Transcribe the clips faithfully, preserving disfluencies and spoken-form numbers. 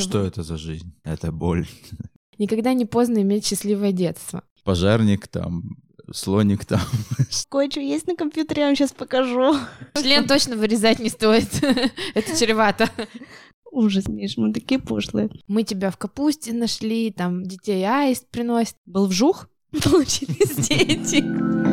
Что это за жизнь? Это боль. Никогда не поздно иметь счастливое детство. Пожарник там, слоник там. Кое-что есть на компьютере, я вам сейчас покажу. Член точно вырезать не стоит. Это чревато. Ужас, Миш, мы такие пошлые. Мы тебя в капусте нашли, там детей аист приносит. Был вжух, получились дети.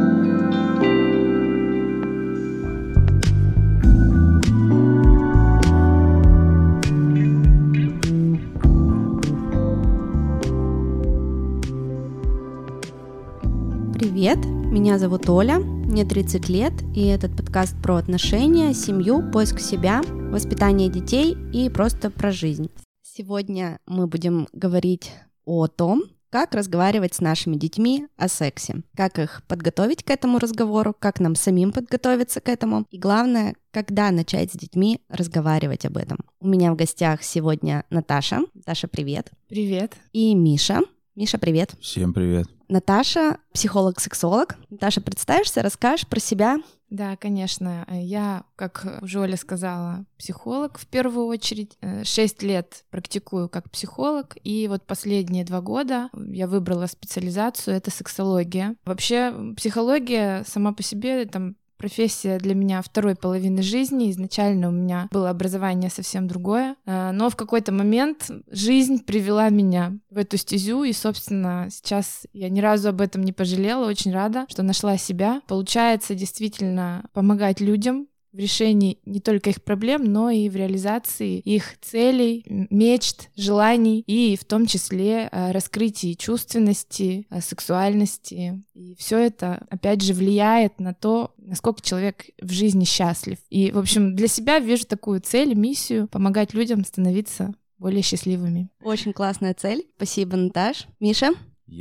Привет, меня зовут Оля, мне тридцать лет, и этот подкаст про отношения, семью, поиск себя, воспитание детей и просто про жизнь. Сегодня мы будем говорить о том, как разговаривать с нашими детьми о сексе, как их подготовить к этому разговору, как нам самим подготовиться к этому, и главное, когда начать с детьми разговаривать об этом. У меня в гостях сегодня Наташа. Наташа, привет. Привет. И Миша. Миша, привет. Всем привет. Наташа, психолог-сексолог. Наташа, представишься, расскажешь про себя? Да, конечно. Я, как уже Оля сказала, психолог в первую очередь. Шесть лет практикую как психолог, и вот последние два года я выбрала специализацию — это сексология. Вообще психология сама по себе там профессия для меня второй половины жизни. Изначально у меня было образование совсем другое, но в какой-то момент жизнь привела меня в эту стезю, и, собственно, сейчас я ни разу об этом не пожалела, очень рада, что нашла себя. Получается действительно помогать людям в решении не только их проблем, но и в реализации их целей, мечт, желаний, и в том числе раскрытии чувственности, сексуальности. И все это, опять же, влияет на то, насколько человек в жизни счастлив. И, в общем, для себя вижу такую цель, миссию — помогать людям становиться более счастливыми. Очень классная цель. Спасибо, Наташ. Миша?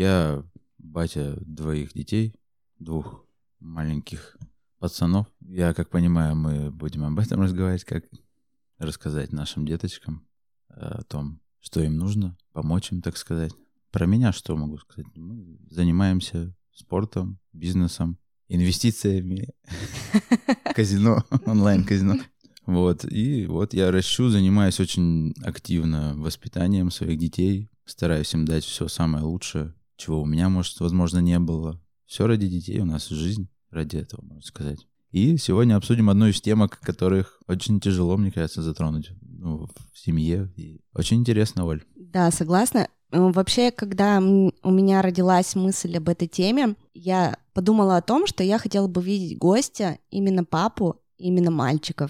Я батя двоих детей, двух маленьких пацанов. Я, как понимаю, мы будем об этом разговаривать, как рассказать нашим деточкам о том, что им нужно, помочь им, так сказать. Про меня что могу сказать? Мы занимаемся спортом, бизнесом, инвестициями, казино, онлайн-казино. Вот, и вот я ращу, занимаюсь очень активно воспитанием своих детей, стараюсь им дать все самое лучшее, чего у меня, может, возможно, не было. Все ради детей, у нас жизнь ради этого, можно сказать. И сегодня обсудим одну из темок, которых очень тяжело, мне кажется, затронуть ну, в семье. И очень интересно, Оль. Да, согласна. Вообще, когда у меня родилась мысль об этой теме, я подумала о том, что я хотела бы видеть гостя, именно папу, именно мальчиков.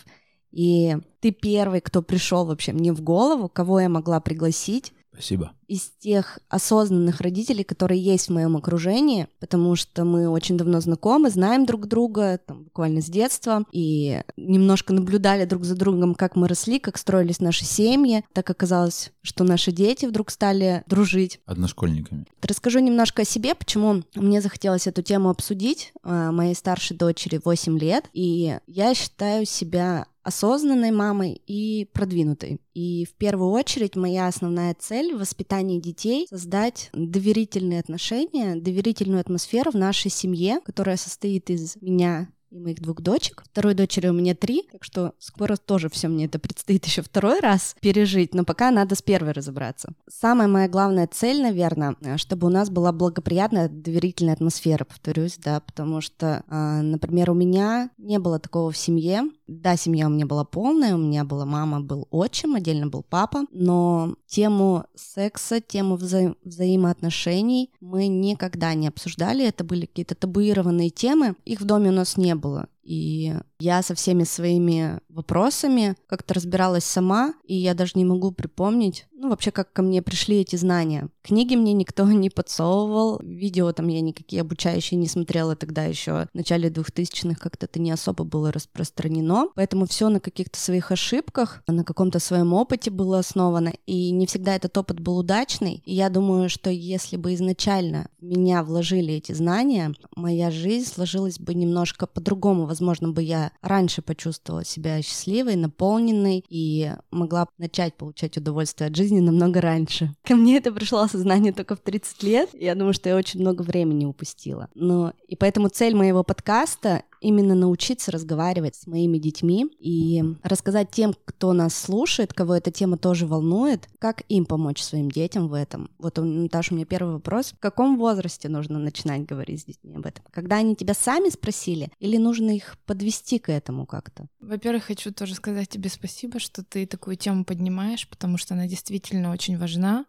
И ты первый, кто пришел вообще мне в голову, кого я могла пригласить. Спасибо. Из тех осознанных родителей, которые есть в моем окружении, потому что мы очень давно знакомы, знаем друг друга, там, буквально с детства, и немножко наблюдали друг за другом, как мы росли, как строились наши семьи. Так оказалось, что наши дети вдруг стали дружить. Одношкольниками. Расскажу немножко о себе, почему мне захотелось эту тему обсудить. Моей старшей дочери восемь лет, и я считаю себя осознанной мамой и продвинутой. И в первую очередь моя основная цель в воспитании детей — создать доверительные отношения, доверительную атмосферу в нашей семье, которая состоит из меня и моих двух дочек. Второй дочери у меня три, так что скоро тоже все мне это предстоит еще второй раз пережить, но пока надо с первой разобраться. Самая моя главная цель, наверное, чтобы у нас была благоприятная, доверительная атмосфера, повторюсь, да, потому что, например, у меня не было такого в семье. Да, семья у меня была полная, у меня была мама, был отчим, отдельно был папа, но тему секса, тему вза- взаимоотношений мы никогда не обсуждали, это были какие-то табуированные темы, их в доме у нас не было. И я со всеми своими вопросами как-то разбиралась сама, и я даже не могу припомнить, ну, вообще, как ко мне пришли эти знания. Книги мне никто не подсовывал, видео там я никакие обучающие не смотрела тогда еще, в начале двухтысячных как-то это не особо было распространено, поэтому все на каких-то своих ошибках, на каком-то своем опыте было основано, и не всегда этот опыт был удачный, и я думаю, что если бы изначально в меня вложили эти знания, моя жизнь сложилась бы немножко по-другому. Возможно, бы я раньше почувствовала себя счастливой, наполненной и могла начать получать удовольствие от жизни намного раньше. Ко мне это пришло осознание только в тридцать лет. Я думаю, что я очень много времени упустила. Но и поэтому цель моего подкаста именно научиться разговаривать с моими детьми и рассказать тем, кто нас слушает, кого эта тема тоже волнует, как им помочь своим детям в этом. Вот, Наташа, у меня первый вопрос. В каком возрасте нужно начинать говорить с детьми об этом? Когда они тебя сами спросили или нужно их подвести к этому как-то? Во-первых, хочу тоже сказать тебе спасибо, что ты такую тему поднимаешь, потому что она действительно очень важна.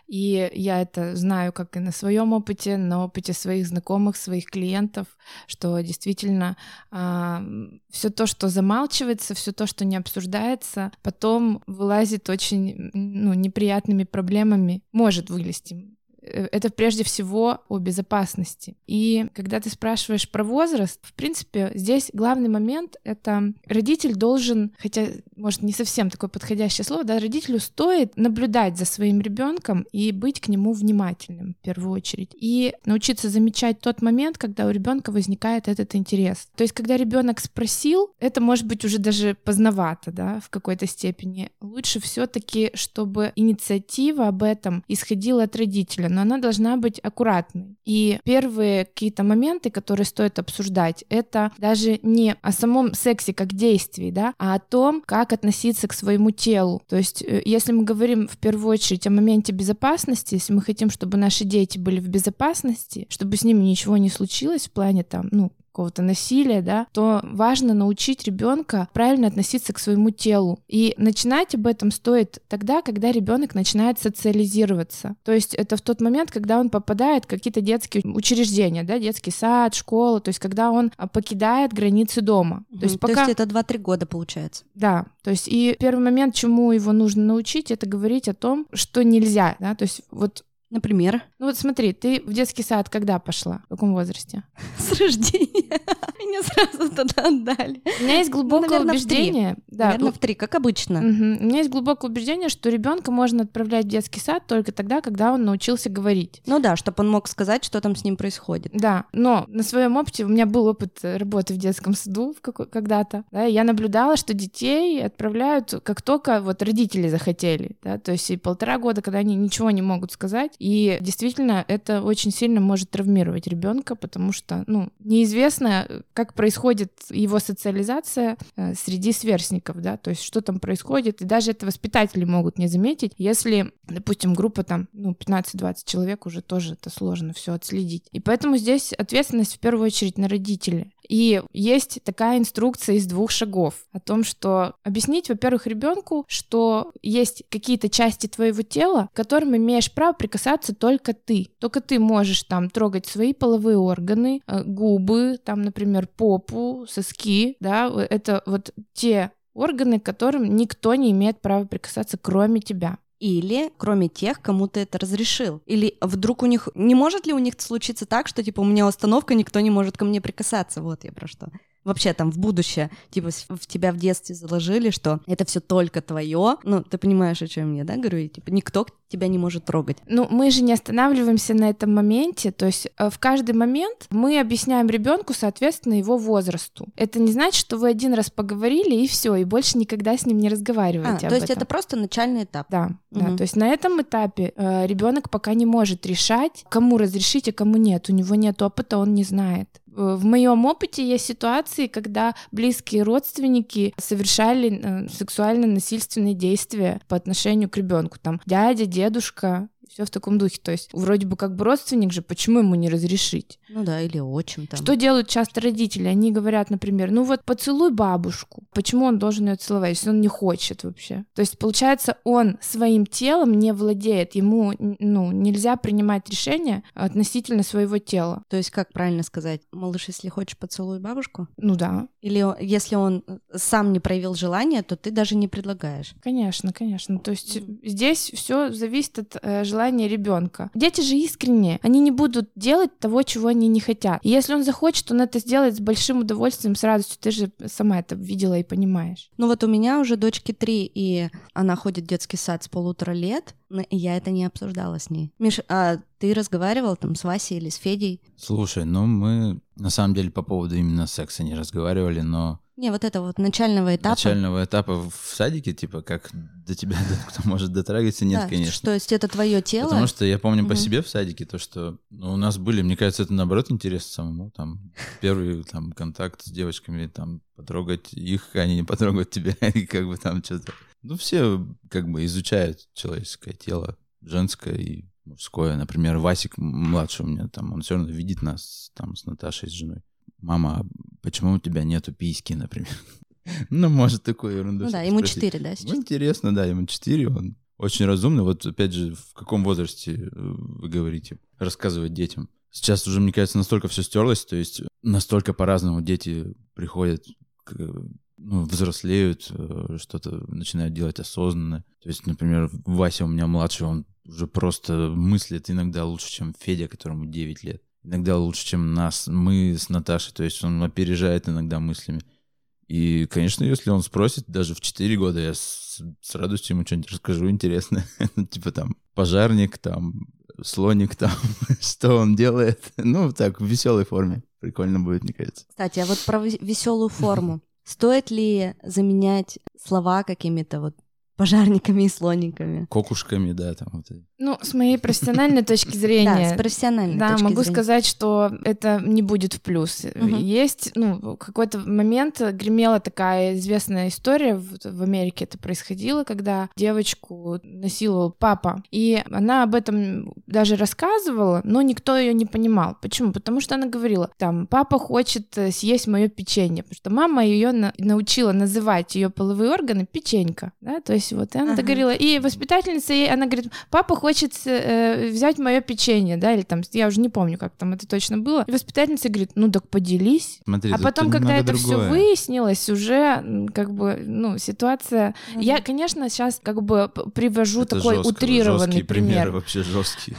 И я это знаю как и на своем опыте, на опыте своих знакомых, своих клиентов, что действительно а, все то, что замалчивается, все то, что не обсуждается, потом вылазит очень ну, неприятными проблемами, может вылезти. Это прежде всего о безопасности. И когда ты спрашиваешь про возраст, в принципе, здесь главный момент — это родитель должен, хотя, может, не совсем такое подходящее слово, да, родителю стоит наблюдать за своим ребенком и быть к нему внимательным в первую очередь. И научиться замечать тот момент, когда у ребенка возникает этот интерес. То есть, когда ребенок спросил, это может быть уже даже поздновато, да, в какой-то степени. Лучше все-таки, чтобы инициатива об этом исходила от родителя, но она должна быть аккуратной. И первые какие-то моменты, которые стоит обсуждать, это даже не о самом сексе как действии, да, а о том, как относиться к своему телу. То есть, если мы говорим в первую очередь о моменте безопасности, если мы хотим, чтобы наши дети были в безопасности, чтобы с ними ничего не случилось в плане там, ну, какого-то насилия, да, то важно научить ребенка правильно относиться к своему телу. И начинать об этом стоит тогда, когда ребенок начинает социализироваться. То есть это в тот момент, когда он попадает в какие-то детские учреждения, да, детский сад, школу, то есть когда он покидает границы дома. Mm-hmm. То есть, пока... то есть это два-три года получается. Да, то есть и первый момент, чему его нужно научить, это говорить о том, что нельзя, да, то есть вот. Например? Ну вот смотри, ты в детский сад когда пошла? В каком возрасте? С рождения. Меня сразу туда отдали. У меня есть глубокое Наверное, убеждение. В да, Наверное, в три, как обычно. Угу. У меня есть глубокое убеждение, что ребенка можно отправлять в детский сад только тогда, когда он научился говорить. Ну да, чтобы он мог сказать, что там с ним происходит. Да, но на своем опыте, у меня был опыт работы в детском саду когда-то, да, и я наблюдала, что детей отправляют, как только вот родители захотели, да, то есть и полтора года, когда они ничего не могут сказать. И действительно, это очень сильно может травмировать ребенка, потому что, ну, неизвестно, как происходит его социализация э, среди сверстников, да, то есть что там происходит, и даже это воспитатели могут не заметить, если, допустим, группа там, ну, пятнадцать-двадцать человек, уже тоже это сложно все отследить. И поэтому здесь ответственность в первую очередь на родителей. И есть такая инструкция из двух шагов о том, что объяснить, во-первых, ребенку, что есть какие-то части твоего тела, к которым имеешь право прикасаться только ты. Только ты можешь там трогать свои половые органы, губы, там, например, попу, соски, да, это вот те органы, к которым никто не имеет права прикасаться, кроме тебя. Или кроме тех, кому ты это разрешил. Или вдруг у них... Не может ли у них случиться так, что, типа, у меня установка, никто не может ко мне прикасаться? Вот я про что. Вообще там в будущее, типа, в тебя в детстве заложили, что это все только твое. Ну, ты понимаешь, о чем я, да, говорю? И, типа, никто тебя не может трогать. Ну, мы же не останавливаемся на этом моменте. То есть в каждый момент мы объясняем ребенку, соответственно, его возрасту. Это не значит, что вы один раз поговорили и все, и больше никогда с ним не разговариваете. А, об то есть этом. это просто начальный этап. Да, угу. да. То есть на этом этапе э, ребенок пока не может решать, кому разрешить, а кому нет. У него нет опыта, он не знает. В моем опыте есть ситуации, когда близкие родственники совершали э, сексуально-насильственные действия по отношению к ребенку. Там дядя, дедушка, все в таком духе. То есть вроде бы как бы родственник же, почему ему не разрешить? Ну да, или отчим там. Что делают часто родители? Они говорят, например, ну вот поцелуй бабушку. Почему он должен ее целовать, если он не хочет вообще? То есть получается, он своим телом не владеет. Ему ну, нельзя принимать решения относительно своего тела. То есть как правильно сказать? Малыш, если хочешь, поцелуй бабушку? Ну да. Или если он сам не проявил желания, то ты даже не предлагаешь? Конечно, конечно. То есть mm. здесь все зависит от э, желания ребенка. Дети же искренние. Они не будут делать того, чего они не хотят. И если он захочет, он это сделает с большим удовольствием, с радостью. Ты же сама это видела и понимаешь. Ну вот у меня уже дочке три, и она ходит в детский сад с полутора лет, но я это не обсуждала с ней. Миш, а ты разговаривал там с Васей или с Федей? Слушай, ну мы на самом деле по поводу именно секса не разговаривали, но Не, вот это вот начального этапа. Начального этапа в садике, типа, как до тебя кто может дотрагиваться, нет, да, конечно. То есть это твое тело. Потому что я помню угу. по себе в садике то, что ну, у нас были, мне кажется, это наоборот интересно самому, там, первый там контакт с девочками, там, потрогать их, они не потрогают тебя, и как бы там что-то. Ну, все как бы изучают человеческое тело, женское и мужское. Например, Васик младший у меня, там, он все равно видит нас там с Наташей, с женой. Мама, почему у тебя нету письки, например? Ну, может, такую ерунду. Ну да, ему четыре, да, сейчас? Ну, интересно, да, ему четыре, он очень разумный. Вот, опять же, в каком возрасте вы говорите рассказывать детям? Сейчас уже, мне кажется, настолько все стерлось, то есть настолько по-разному дети приходят, к, ну, взрослеют, что-то начинают делать осознанно. То есть, например, Вася у меня младший, он уже просто мыслит иногда лучше, чем Федя, которому девять лет. Иногда лучше, чем нас, мы с Наташей, то есть он опережает иногда мыслями. И, конечно, если он спросит, даже в четыре года я с, с радостью ему что-нибудь расскажу интересное. Типа там пожарник, там слоник, там что он делает. Ну, так, в веселой форме. Прикольно будет, мне кажется. Кстати, а вот про веселую форму. Стоит ли заменять слова какими-то вот пожарниками и слониками? Кокушками, да, там вот. Ну, с моей профессиональной точки зрения... Да, с профессиональной да, точки могу зрения. сказать, что это не будет в плюс. Угу. Есть, ну, какой-то момент гремела такая известная история, в, в Америке это происходило, когда девочку насиловал папа, и она об этом даже рассказывала, но никто ее не понимал. Почему? Потому что она говорила, там, папа хочет съесть мое печенье, потому что мама ее на- научила называть ее половые органы печенька, да, то есть вот и она Ага. так говорила, и воспитательница ей, она говорит, папа хочет э, взять мое печенье, да, или там, я уже не помню, как там это точно было, и воспитательница говорит, ну так поделись. Смотри, А тут потом, когда немного это все другое. выяснилось, уже м, как бы, ну, ситуация... Мгм. Я, конечно, сейчас как бы п- привожу Это такой жестко, утрированный жесткие примеры, пример, вообще жесткие.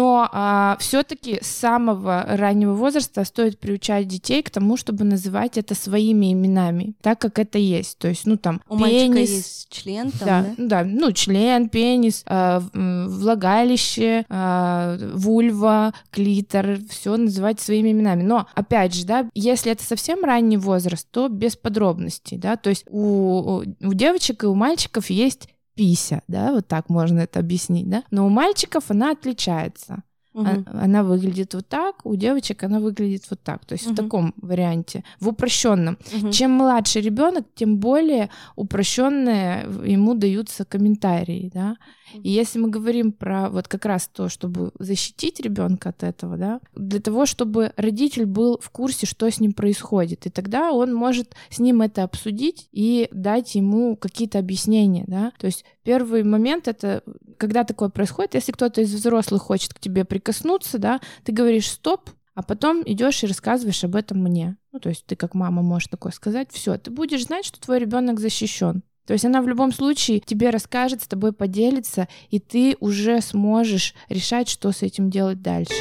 но все-таки с самого раннего возраста стоит приучать детей к тому, чтобы называть это своими именами, так как это есть. То есть, ну там, У мальчика пенис, есть член там, да, да? ну да, ну, член, пенис, э, в- м, влагалище, э, вульва, клитор, все называть своими именами. Но, опять же, да, если это совсем ранний возраст, то без подробностей, да, то есть у, у девочек и у мальчиков есть пися, да, вот так можно это объяснить, да, но у мальчиков она отличается. Мгм. А- Она выглядит вот так, у девочек она выглядит вот так. То есть Мгм. в таком варианте, в упрощенном. Мгм. Чем младше ребенок, тем более упрощенные ему даются комментарии, да. И если мы говорим про вот как раз то, чтобы защитить ребенка от этого, да, для того, чтобы родитель был в курсе, что с ним происходит, и тогда он может с ним это обсудить и дать ему какие-то объяснения, да. То есть первый момент — это когда такое происходит, если кто-то из взрослых хочет к тебе прикоснуться, да, ты говоришь «стоп», а потом идешь и рассказываешь об этом мне. Ну, то есть ты как мама можешь такое сказать, все, ты будешь знать, что твой ребенок защищен. То есть она в любом случае тебе расскажет, с тобой поделится, и ты уже сможешь решать, что с этим делать дальше.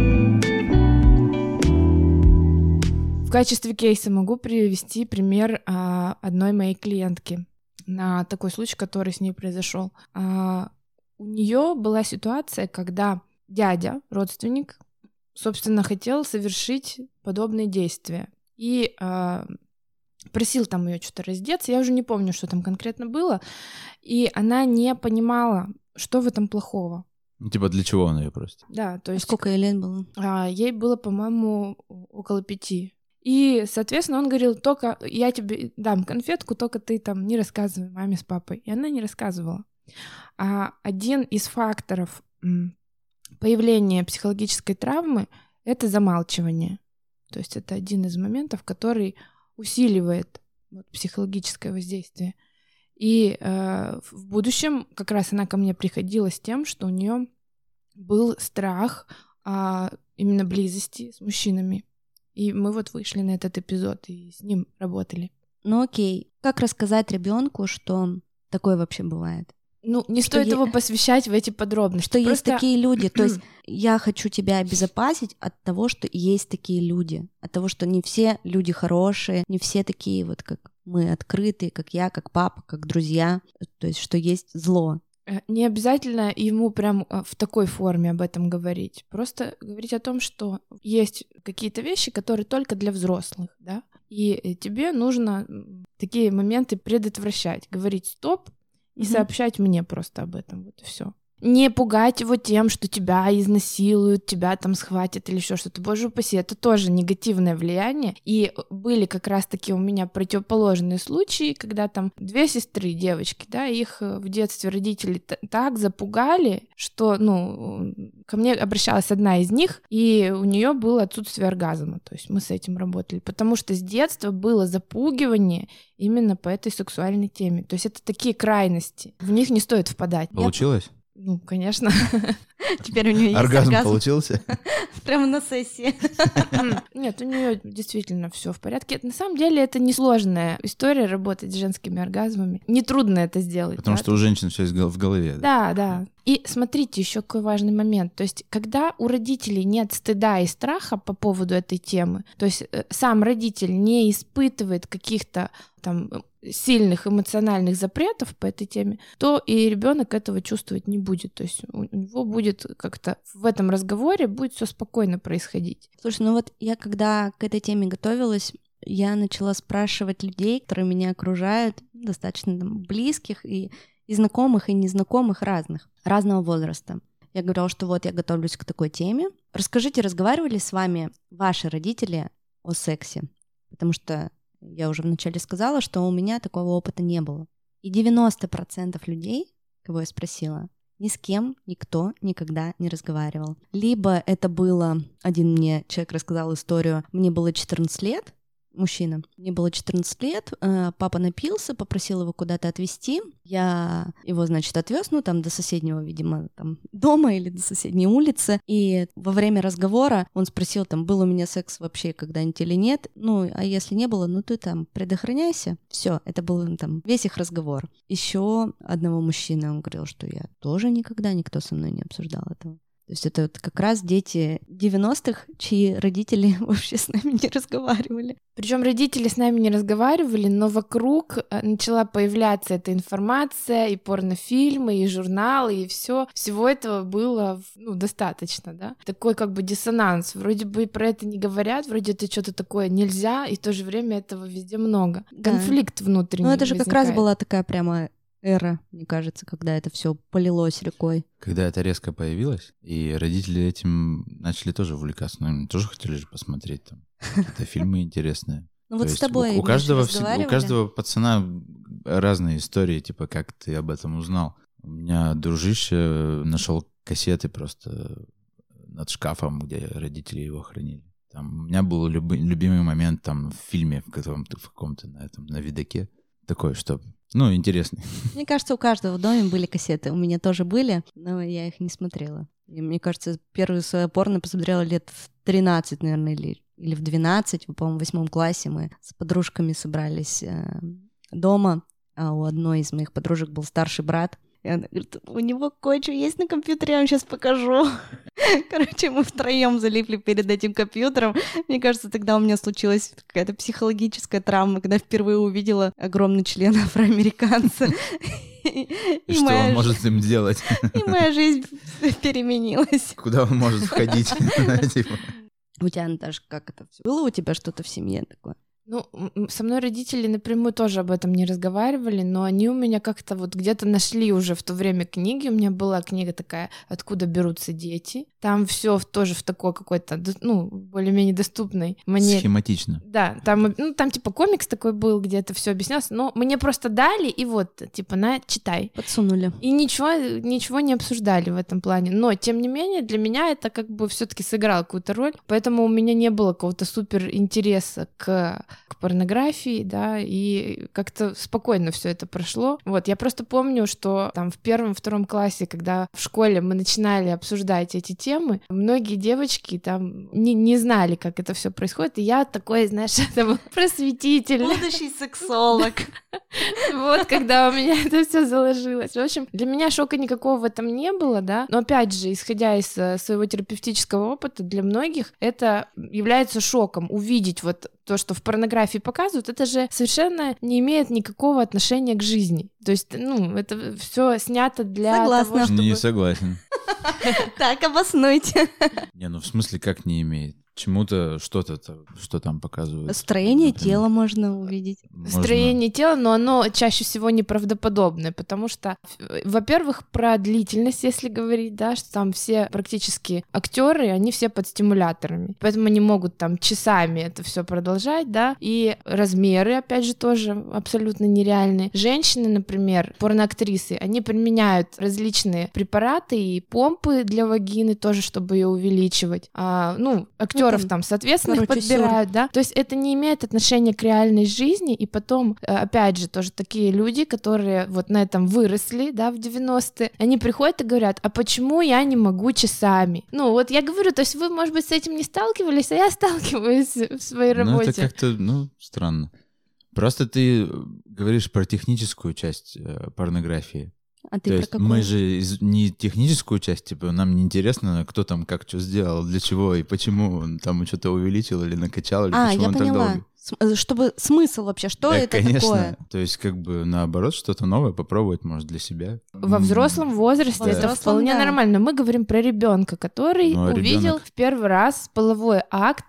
В качестве кейса могу привести пример а, одной моей клиентки на такой случай, который с ней произошел. А, у нее была ситуация, когда дядя, родственник, собственно, хотел совершить подобные действия. И а, просил там ее что-то раздеться. Я уже не помню, что там конкретно было. И она не понимала, что в этом плохого. Ну, типа, для чего она ее просит? Да, то А есть сколько ей лет было? а, ей было, по-моему, около пяти. И, соответственно, он говорил, только я тебе дам конфетку, только ты там не рассказывай маме с папой. И она не рассказывала. А один из факторов м, появления психологической травмы — это замалчивание. То есть это один из моментов, который усиливает вот, психологическое воздействие. И э, в будущем как раз она ко мне приходила с тем, что у нее был страх э, именно близости с мужчинами. И мы вот вышли на этот эпизод и с ним работали. Ну окей, как рассказать ребенку, что такое вообще бывает? Ну, не Что стоит е- его посвящать в эти подробности. Что есть Просто такие люди. То есть я хочу тебя обезопасить от того, что есть такие люди. От того, что не все люди хорошие, не все такие вот, как мы, открытые, как я, как папа, как друзья. То есть что есть зло. э, не обязательно ему прям э, в такой форме об этом говорить. Просто говорить о том, что есть какие-то вещи, которые только для взрослых, да. И тебе нужно такие моменты предотвращать, говорить «стоп» и mm-hmm. сообщать мне просто об этом, вот и все. Не пугать его тем, что тебя изнасилуют, тебя там схватят или еще что-то. Боже упаси, это тоже негативное влияние. И были как раз-таки у меня противоположные случаи, когда там две сестры, девочки, да, их в детстве родители т- так запугали, что, ну, ко мне обращалась одна из них, и у нее было отсутствие оргазма. То есть мы с этим работали, потому что с детства было запугивание именно по этой сексуальной теме. То есть это такие крайности, в них не стоит впадать. Получилось? Ну, конечно. Теперь у нее есть оргазм. оргазм. Получился? Прямо на сессии. Нет, у нее действительно все в порядке. На самом деле это несложная история работать с женскими оргазмами. Нетрудно это сделать. Потому да? что у женщин все в голове. Да, да. И смотрите, еще какой важный момент. То есть, когда у родителей нет стыда и страха по поводу этой темы, то есть сам родитель не испытывает каких-то там сильных эмоциональных запретов по этой теме, то и ребенок этого чувствовать не будет. То есть у него будет как-то в этом разговоре будет все спокойно происходить. Слушай, ну вот я когда к этой теме готовилась, я начала спрашивать людей, которые меня окружают, достаточно там, близких и, и знакомых, и незнакомых разных, разного возраста. Я говорила, что вот я готовлюсь к такой теме. Расскажите, разговаривали с вами ваши родители о сексе? Потому что я уже вначале сказала, что у меня такого опыта не было. И девяносто процентов людей, кого я спросила, ни с кем никто никогда не разговаривал. Либо это было... Один мне человек рассказал историю. Мне было четырнадцать лет, мужчина. Мне было четырнадцать лет, папа напился, попросил его куда-то отвезти. Я его, значит, отвез, ну, там, до соседнего, видимо, там, дома или до соседней улицы. И во время разговора он спросил, там, был у меня секс вообще когда-нибудь или нет. Ну, а если не было, ну, ты там предохраняйся. Все, это был там весь их разговор. Еще одного мужчины, он говорил, что я тоже никогда, никто со мной не обсуждал этого. То есть это вот как раз дети девяностых, чьи родители вообще с нами не разговаривали. Причем родители с нами не разговаривали, но вокруг начала появляться эта информация, и порнофильмы, и журналы, и все. Всего этого было, ну, достаточно, да. Такой как бы диссонанс. Вроде бы про это не говорят, вроде это что-то такое нельзя, и в то же время этого везде много. Да. Конфликт внутренний. Ну это же возникает. как раз была такая прямо эра, мне кажется, когда это все полилось рекой. Когда это резко появилось, и родители этим начали тоже увлекаться, наверное, тоже хотели же посмотреть там какие-то фильмы интересные. Ну вот с тобой у каждого у каждого пацана разные истории, типа как ты об этом узнал. У меня дружище нашел кассеты просто над шкафом, где родители его хранили. Там у меня был любимый момент там в фильме в каком-то в каком-то на этом на видаке такой, что ну, интересный. Мне кажется, у каждого в доме были кассеты. У меня тоже были, но я их не смотрела. И мне кажется, первую свою порно посмотрела лет в тринадцать, наверное, или, или в двенадцать. По-моему, в восьмом классе мы с подружками собрались э, дома, а у одной из моих подружек был старший брат. И она говорит, у него кое-что есть на компьютере, я вам сейчас покажу. Короче, мы втроем залипли перед этим компьютером. Мне кажется, тогда у меня случилась какая-то психологическая травма, когда впервые увидела огромный член афроамериканца. И, и что он может с ним делать? И моя жизнь переменилась. Куда он может входить? У тебя, Наташа, как это все? Было у тебя что-то в семье такое? Ну, со мной родители напрямую тоже об этом не разговаривали, но они у меня как-то вот где-то нашли уже в то время книги. У меня была книга такая «Откуда берутся дети». Там все тоже в такой какой-то, ну, более-менее доступной манере. Схематично. Да, там, ну, там типа комикс такой был, где это все объяснялось, но мне просто дали, и вот, типа, на, читай. Подсунули. И ничего, ничего не обсуждали в этом плане. Но, тем не менее, для меня это как бы все-таки сыграло какую-то роль, поэтому у меня не было какого-то супер интереса к к порнографии, да, и как-то спокойно все это прошло. Вот, я просто помню, что там в первом-втором классе, когда в школе мы начинали обсуждать эти темы, многие девочки там не, не знали, как это все происходит, и я такой, знаешь, это был просветитель. Будущий сексолог. Вот, когда у меня это все заложилось. В общем, для меня шока никакого в этом не было, да, но опять же, исходя из своего терапевтического опыта, для многих это является шоком увидеть вот то, что в порнографии показывают, это же совершенно не имеет никакого отношения к жизни. То есть, ну, это все снято для Согласна. того, чтобы... Не согласен. Так, обоснуйте. Не, ну в смысле, как не имеет? чему-то, что-то, что там показывают. Строение например. Тела можно увидеть. Можно. Строение тела, но оно чаще всего неправдоподобное, потому что, во-первых, про длительность, если говорить, да, что там все практически актеры, они все под стимуляторами, поэтому они могут там часами это все продолжать, да, и размеры, опять же, тоже абсолютно нереальные. Женщины, например, порноактрисы, они применяют различные препараты и помпы для вагины тоже, чтобы ее увеличивать. А, ну, актеров ну, там, соответственно, их подбирают, сюр. Да. То есть это не имеет отношения к реальной жизни, и потом, опять же, тоже такие люди, которые вот на этом выросли, да, в девяностые, они приходят и говорят, а почему я не могу часами? Ну, вот я говорю, то есть вы, может быть, с этим не сталкивались, а я сталкиваюсь в своей работе. Ну, это как-то, ну, странно. Просто ты говоришь про техническую часть э, порнографии. А ты То про есть какую? мы же из, не техническую часть, типа, нам не интересно, кто там как что сделал, для чего и почему он там что-то увеличил или накачал, или а, почему я он поняла. так долго. Чтобы смысл вообще, что да, это конечно. такое? То есть как бы наоборот что-то новое попробовать, может, для себя. Во взрослом возрасте да. это взрослом, вполне да. нормально. Мы говорим про ребенка, который ну, а увидел ребенок... в первый раз половой акт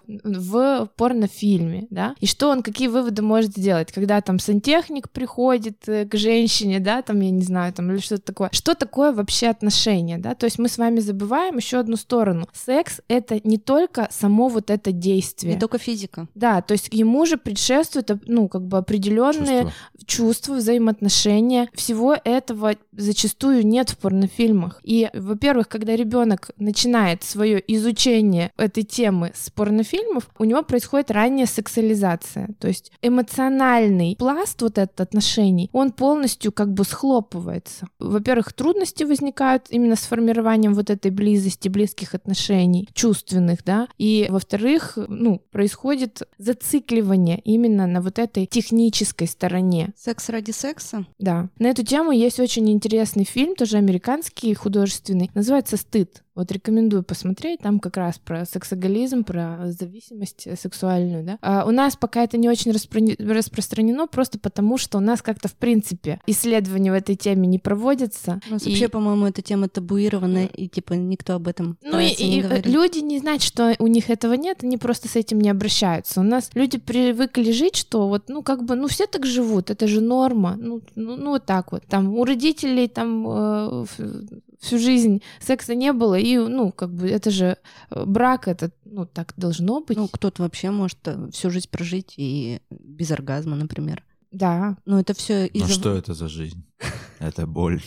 в порнофильме, да, и что он, какие выводы может сделать, когда там сантехник приходит к женщине, да, там, я не знаю, там, или что-то такое. Что такое вообще отношения, да? То есть мы с вами забываем еще одну сторону. Секс — это не только само вот это действие. Не только физика. Да, то есть ему же предшествует, ну, как бы определенные чувства. чувства, взаимоотношения. Всего этого зачастую нет в порнофильмах. И, во-первых, когда ребенок начинает свое изучение этой темы с порнофильмов, у него происходит ранняя сексуализация. То есть эмоциональный пласт вот этот отношений, он полностью как бы схлопывается. Во-первых, трудности возникают именно с формированием вот этой близости, близких отношений, чувственных, да, и, во-вторых, ну, происходит зацикливание именно на вот этой технической стороне. Секс ради секса? Да. На эту тему есть очень интересный фильм, тоже американский, художественный, называется «Стыд». Вот рекомендую посмотреть, там как раз про сексоголизм, про зависимость сексуальную, да. А у нас пока это не очень распро- распространено, просто потому, что у нас как-то, в принципе, исследования в этой теме не проводятся. У нас и... вообще, по-моему, эта тема табуирована, и типа никто об этом ну, и, не и говорит. Люди не знают, что у них этого нет, они просто с этим не обращаются. У нас люди привыкли жить, что вот, ну, как бы, ну, все так живут, это же норма, ну, ну, ну вот так вот. Там у родителей там э, всю жизнь секса не было, и, ну, как бы, это же брак, это, ну, так должно быть. Ну, кто-то вообще может всю жизнь прожить и без оргазма, например. Да. Но это все из-за... Ну, что это за жизнь? Это боль.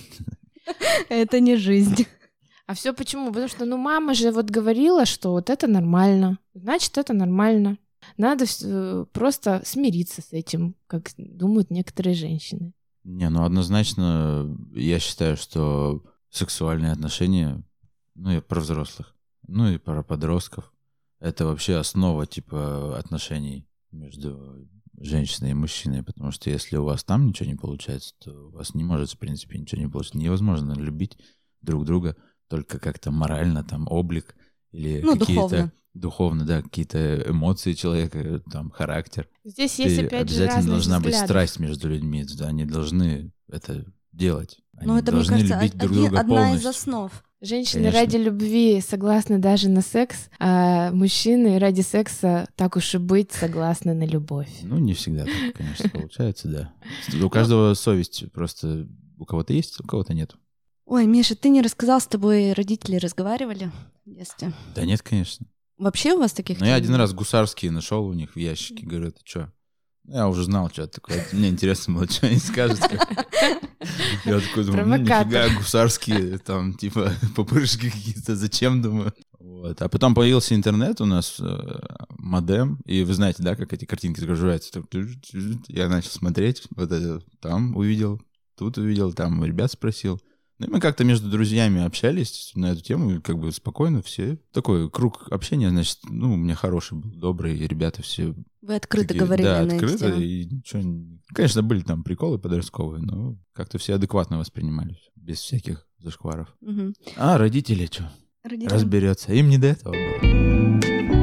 Это не жизнь. А все почему? Потому что, ну, мама же вот говорила, что вот это нормально. Значит, это нормально. Надо просто смириться с этим, как думают некоторые женщины. Не, ну, однозначно, я считаю, что сексуальные отношения, ну, и про взрослых, ну, и про подростков, это вообще основа, типа, отношений между женщиной и мужчиной, потому что если у вас там ничего не получается, то у вас не может, в принципе, ничего не получиться. Невозможно любить друг друга только как-то морально, там, облик или ну, какие-то... духовно. Духовно, да, какие-то эмоции человека, там, характер. Здесь Ты есть, опять же, обязательно должна взглядов. быть страсть между людьми, да, они должны это делать. Они ну, это, должны мне кажется, любить друг один, друга одна полностью. из основ. Женщины Конечно. ради любви согласны даже на секс, а мужчины ради секса, так уж и быть, согласны на любовь. Ну, не всегда так, конечно, получается, да. У каждого совесть просто... У кого-то есть, у кого-то нет. Ой, Миша, ты не рассказал, с тобой родители разговаривали в детстве? Да нет, конечно. Вообще у вас таких... Ну, я один раз гусарские нашел у них в ящике, говорю, ты что? Я уже знал, что это такое. Мне интересно было, что они скажут. Я такой думаю, ну, нифига, гусарские, там, типа, попырышки какие-то, зачем, думаю. Вот. А потом появился интернет у нас, э, модем, и вы знаете, да, как эти картинки загружаются. Я начал смотреть, вот это там увидел, тут увидел, там у ребят спросил. Ну, и мы как-то между друзьями общались на эту тему, и как бы спокойно все. Такой круг общения, значит, ну, у меня хороший был, добрый, и ребята все... Вы открыто такие, говорили да, на открыто, эту тему. И ничего... Конечно, были там приколы подростковые, но как-то все адекватно воспринимали, без всяких зашкваров. Угу. А родители что? Родители. Разберется. Им не до этого было.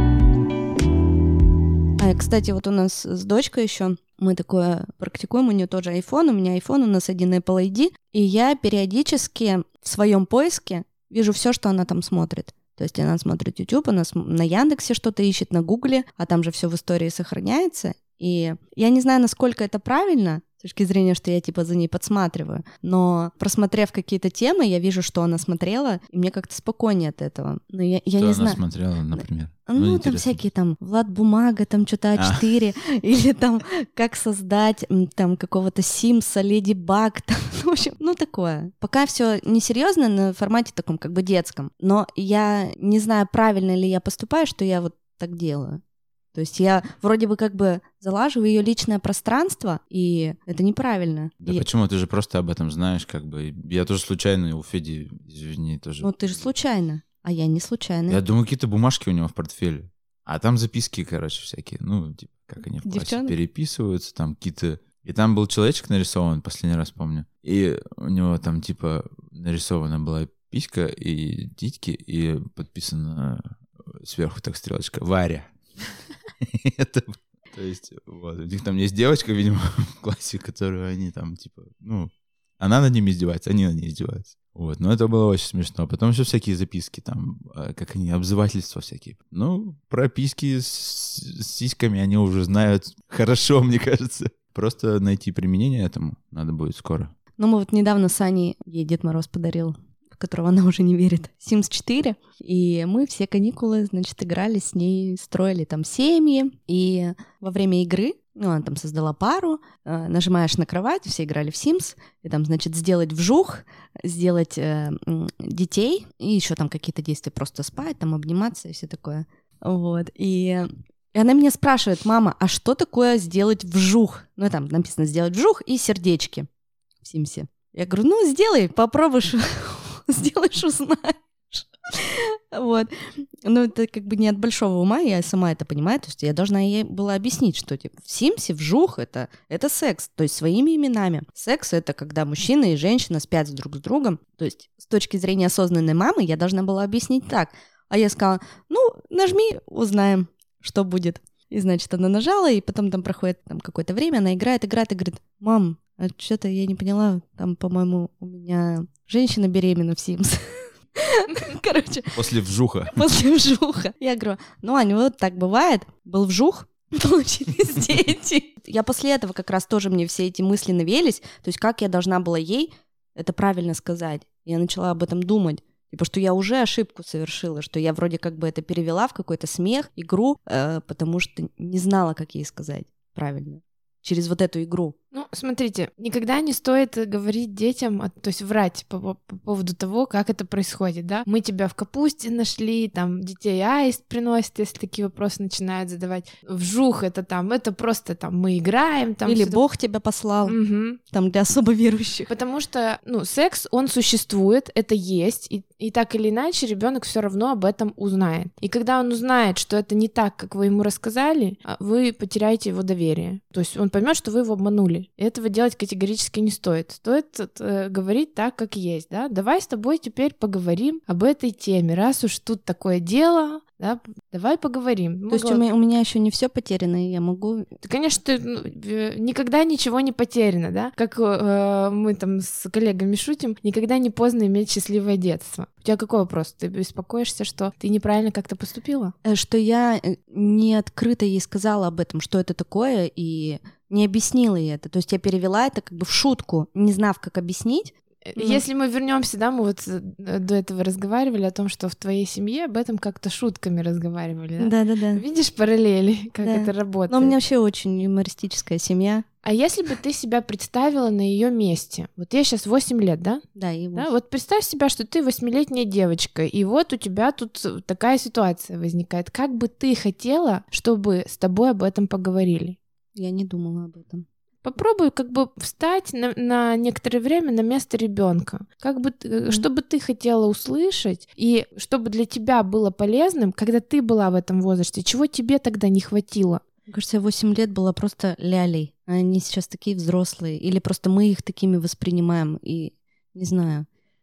А, кстати, вот у нас с дочкой еще мы такое практикуем, у нее тоже iPhone, у меня iPhone, у нас один Apple ай ди, и я периодически в своем поиске вижу все, что она там смотрит. То есть она смотрит YouTube, она на Яндексе что-то ищет, на Гугле, а там же все в истории сохраняется. И я не знаю, насколько это правильно, с точки зрения, что я типа за ней подсматриваю, но просмотрев какие-то темы, я вижу, что она смотрела, и мне как-то спокойнее от этого. Но я, я что не она знаю. смотрела, например? Ну, ну там всякие там Влад Бумага, там что-то А четыре, а. или там как создать там какого-то Симса, Леди Баг, там, в общем, ну такое. Пока все несерьезно, на формате таком как бы детском, но я не знаю, правильно ли я поступаю, что я вот так делаю. То есть я вроде бы как бы залаживаю ее личное пространство, и это неправильно. Да и... почему? Ты же просто об этом знаешь, как бы. Я тоже случайно у Феди, извини, тоже. Ну ты же случайно, а я не случайно. Я думаю, какие-то бумажки у него в портфеле. А там записки, короче, всякие. Ну, типа, как они в классе Девчонок? переписываются, там какие-то... И там был человечек нарисован, последний раз помню. И у него там, типа, нарисована была писька и титьки, и подписано сверху так стрелочка «Варя». Это, то есть, вот, у них там есть девочка, видимо, в классе, которую они там, типа, ну, она над ними издевается, они над ней издеваются. Вот, но это было очень смешно. А потом еще всякие записки там, как они, обзывательства всякие. Ну, про письки с, с сиськами они уже знают хорошо, мне кажется. Просто найти применение этому надо будет скоро. Ну, мы вот недавно с Аней, ей Дед Мороз подарил, в которого она уже не верит, Симс четыре, и мы все каникулы, значит, играли с ней, строили там семьи, и во время игры, ну, она там создала пару, э, нажимаешь на кровать, все играли в Sims, и там, значит, сделать вжух, сделать э, детей, и еще там какие-то действия, просто спать, там обниматься и все такое, вот, и... И она меня спрашивает: мама, а что такое сделать вжух? Ну, там написано сделать вжух и сердечки в Симсе. Я говорю, ну, сделай, попробуешь, сделаешь, узнаешь. Вот. Но это как бы не от большого ума, я сама это понимаю, то есть я должна ей была объяснить, что типа в Симсе вжух это, это секс, то есть своими именами. Секс — это когда мужчина и женщина спят друг с другом. То есть с точки зрения осознанной мамы я должна была объяснить так. А я сказала, ну, нажми, узнаем, что будет. И, значит, она нажала, и потом там проходит там какое-то время, она играет, играет, и говорит: мам, а что-то я не поняла, там, по-моему, у меня женщина беременна в Sims. Короче. После вжуха. После вжуха. Я говорю, ну, Аня, вот так бывает. Был вжух, получились дети. Я после этого как раз тоже мне все эти мысли навелись, то есть как я должна была ей это правильно сказать. Я начала об этом думать. Типа, что я уже ошибку совершила, что я вроде как бы это перевела в какой-то смех, игру, э, потому что не знала, как ей сказать правильно. Через вот эту игру. Ну, смотрите, никогда не стоит говорить детям, то есть врать по, по, по поводу того, как это происходит, да? Мы тебя в капусте нашли, там, детей аист приносят, если такие вопросы начинают задавать. Вжух — это там, это просто там мы играем. Там, или все Бог тебя послал, угу. Там для особо верующих. Потому что, ну, секс, он существует, это есть, и, и так или иначе ребенок все равно об этом узнает. И когда он узнает, что это не так, как вы ему рассказали, вы потеряете его доверие. То есть он поймет, что вы его обманули. Этого делать категорически не стоит. Стоит э, говорить так, как есть, да? Давай с тобой теперь поговорим об этой теме. Раз уж тут такое дело, да, давай поговорим. То есть у меня, у меня еще не все потеряно, и я могу... Да, конечно, ты, ну, никогда ничего не потеряно, да? Как э, мы там с коллегами шутим, никогда не поздно иметь счастливое детство. У тебя какой вопрос? Ты беспокоишься, что ты неправильно как-то поступила? Что я не открыто ей сказала об этом, что это такое, и не объяснила ей это. То есть я перевела это как бы в шутку, не знав, как объяснить. Если мы вернемся, да, мы вот до этого разговаривали о том, что в твоей семье об этом как-то шутками разговаривали, да? Да-да-да. Видишь параллели, как да. это работает? Но у меня вообще очень юмористическая семья. А если бы ты себя представила на ее месте? Вот ей сейчас восемь лет, да? Да, и восемь. Да, вот представь себя, что ты восьмилетняя девочка, и вот у тебя тут такая ситуация возникает. Как бы ты хотела, чтобы с тобой об этом поговорили? Я не думала об этом. Попробуй как бы встать на, на некоторое время на место ребенка. Как бы, mm-hmm. что бы ты хотела услышать, и чтобы для тебя было полезным, когда ты была в этом возрасте, чего тебе тогда не хватило? Мне кажется, я восемь лет была просто лялей. Они сейчас такие взрослые. Или просто мы их такими воспринимаем. И не знаю.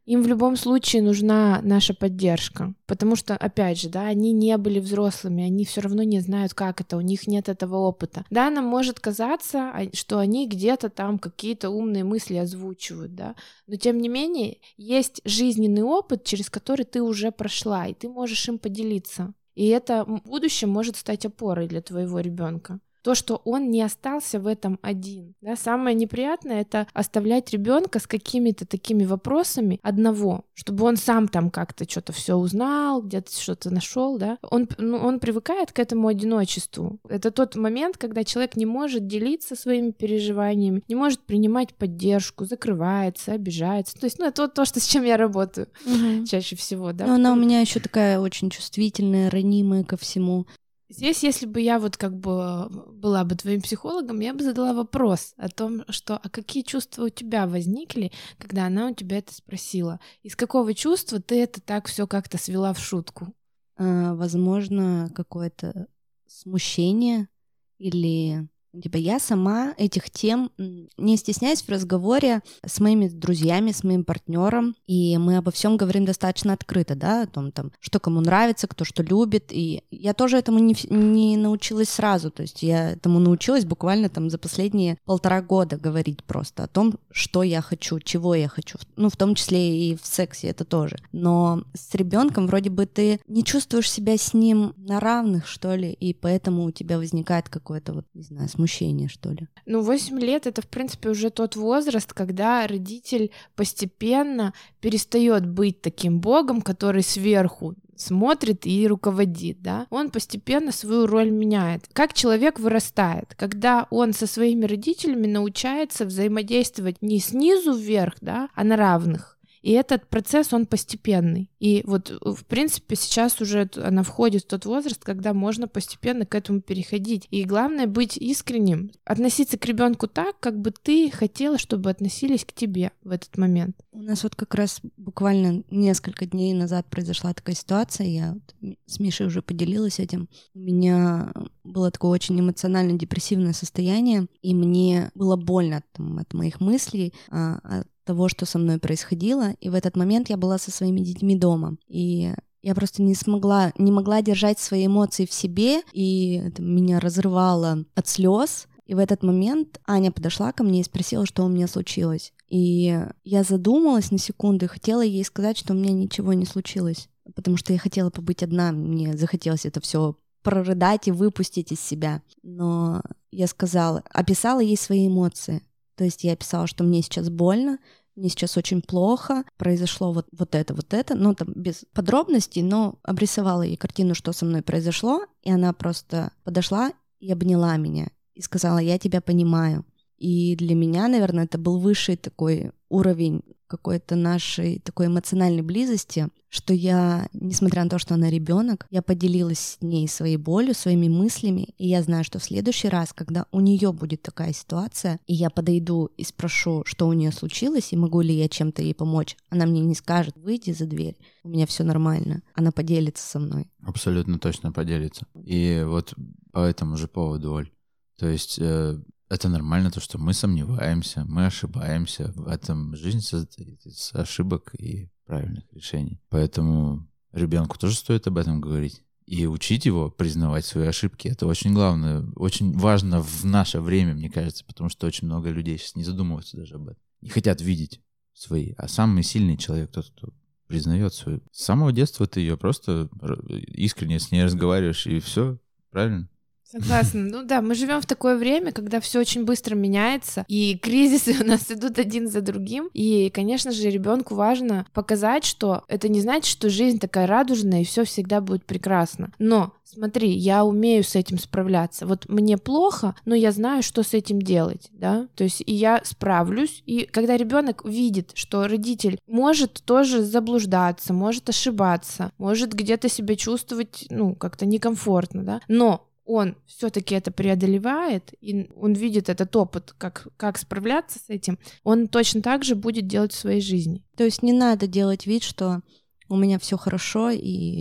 Им в любом случае нужна наша поддержка, потому что, опять же, да, они не были взрослыми, они все равно не знают, как это, у них нет этого опыта. Да, нам может казаться, что они где-то там какие-то умные мысли озвучивают, да, но тем не менее есть жизненный опыт, через который ты уже прошла, и ты можешь им поделиться. И это в будущем может стать опорой для твоего ребенка. То, что он не остался в этом один. Да? Самое неприятное — это оставлять ребенка с какими-то такими вопросами одного, чтобы он сам там как-то что-то все узнал, где-то что-то нашел. Да? Он, ну, он привыкает к этому одиночеству. Это тот момент, когда человек не может делиться своими переживаниями, не может принимать поддержку, закрывается, обижается. То есть, ну, это вот то, что, с чем я работаю угу. чаще всего. Да? Но она у меня еще такая очень чувствительная, ранимая ко всему. Здесь, если бы я вот как бы была бы твоим психологом, я бы задала вопрос о том, что а какие чувства у тебя возникли, когда она у тебя это спросила? Из какого чувства ты это так все как-то свела в шутку? А, возможно, какое-то смущение или... Типа я сама этих тем не стесняюсь в разговоре с моими друзьями, с моим партнером, и мы обо всем говорим достаточно открыто, да, о том, там, что кому нравится, кто что любит, и я тоже этому не, не научилась сразу, то есть я этому научилась буквально там за последние полтора года говорить просто о том, что я хочу, чего я хочу, ну, в том числе и в сексе это тоже, но с ребенком вроде бы ты не чувствуешь себя с ним на равных, что ли, и поэтому у тебя возникает какое-то вот, не знаю, смущение, что ли. Ну, восемь лет — это, в принципе, уже тот возраст, когда родитель постепенно перестает быть таким богом, который сверху смотрит и руководит, да, он постепенно свою роль меняет. Как человек вырастает, когда он со своими родителями научается взаимодействовать не снизу вверх, да, а на равных. И этот процесс, он постепенный. И вот, в принципе, сейчас уже она входит в тот возраст, когда можно постепенно к этому переходить. И главное — быть искренним, относиться к ребенку так, как бы ты хотела, чтобы относились к тебе в этот момент. У нас вот как раз буквально несколько дней назад произошла такая ситуация, я вот с Мишей уже поделилась этим. У меня было такое очень эмоционально-депрессивное состояние, и мне было больно там, от моих мыслей, от того, что со мной происходило, и в этот момент я была со своими детьми дома, и я просто не смогла, не могла держать свои эмоции в себе, и это меня разрывало от слез. И в этот момент Аня подошла ко мне и спросила, что у меня случилось. И я задумалась на секунду и хотела ей сказать, что у меня ничего не случилось, потому что я хотела побыть одна, мне захотелось это все прорыдать и выпустить из себя. Но я сказала, описала ей свои эмоции. То есть я писала, что мне сейчас больно, мне сейчас очень плохо, произошло вот, вот это, вот это, ну там без подробностей, но обрисовала ей картину, что со мной произошло, и она просто подошла и обняла меня и сказала: я тебя понимаю. И для меня, наверное, это был высший такой уровень какой-то нашей такой эмоциональной близости, что я, несмотря на то, что она ребенок, я поделилась с ней своей болью, своими мыслями, и я знаю, что в следующий раз, когда у нее будет такая ситуация, и я подойду и спрошу, что у нее случилось, и могу ли я чем-то ей помочь, она мне не скажет: выйди за дверь, у меня все нормально, она поделится со мной. Абсолютно точно поделится. И вот по этому же поводу, Оль, то есть э, это нормально, то, что мы сомневаемся, мы ошибаемся. В этом жизнь состоит из ошибок и правильных решений. Поэтому ребенку тоже стоит об этом говорить. И учить его признавать свои ошибки. Это очень главное, очень важно в наше время, мне кажется, потому что очень много людей сейчас не задумываются даже об этом. Не хотят видеть свои. А самый сильный человек тот, кто признает свою. С самого детства ты ее просто искренне с ней разговариваешь, и все, правильно? Согласна. Ну да, мы живем в такое время, когда все очень быстро меняется, и кризисы у нас идут один за другим. И, конечно же, ребенку важно показать, что это не значит, что жизнь такая радужная, и все всегда будет прекрасно. Но смотри, я умею с этим справляться. Вот мне плохо, но я знаю, что с этим делать, да. То есть и я справлюсь. И когда ребенок видит, что родитель может тоже заблуждаться, может ошибаться, может где-то себя чувствовать, ну, как-то некомфортно, да, но он все-таки это преодолевает, и он видит этот опыт, как, как справляться с этим, он точно так же будет делать в своей жизни. То есть не надо делать вид, что у меня все хорошо, и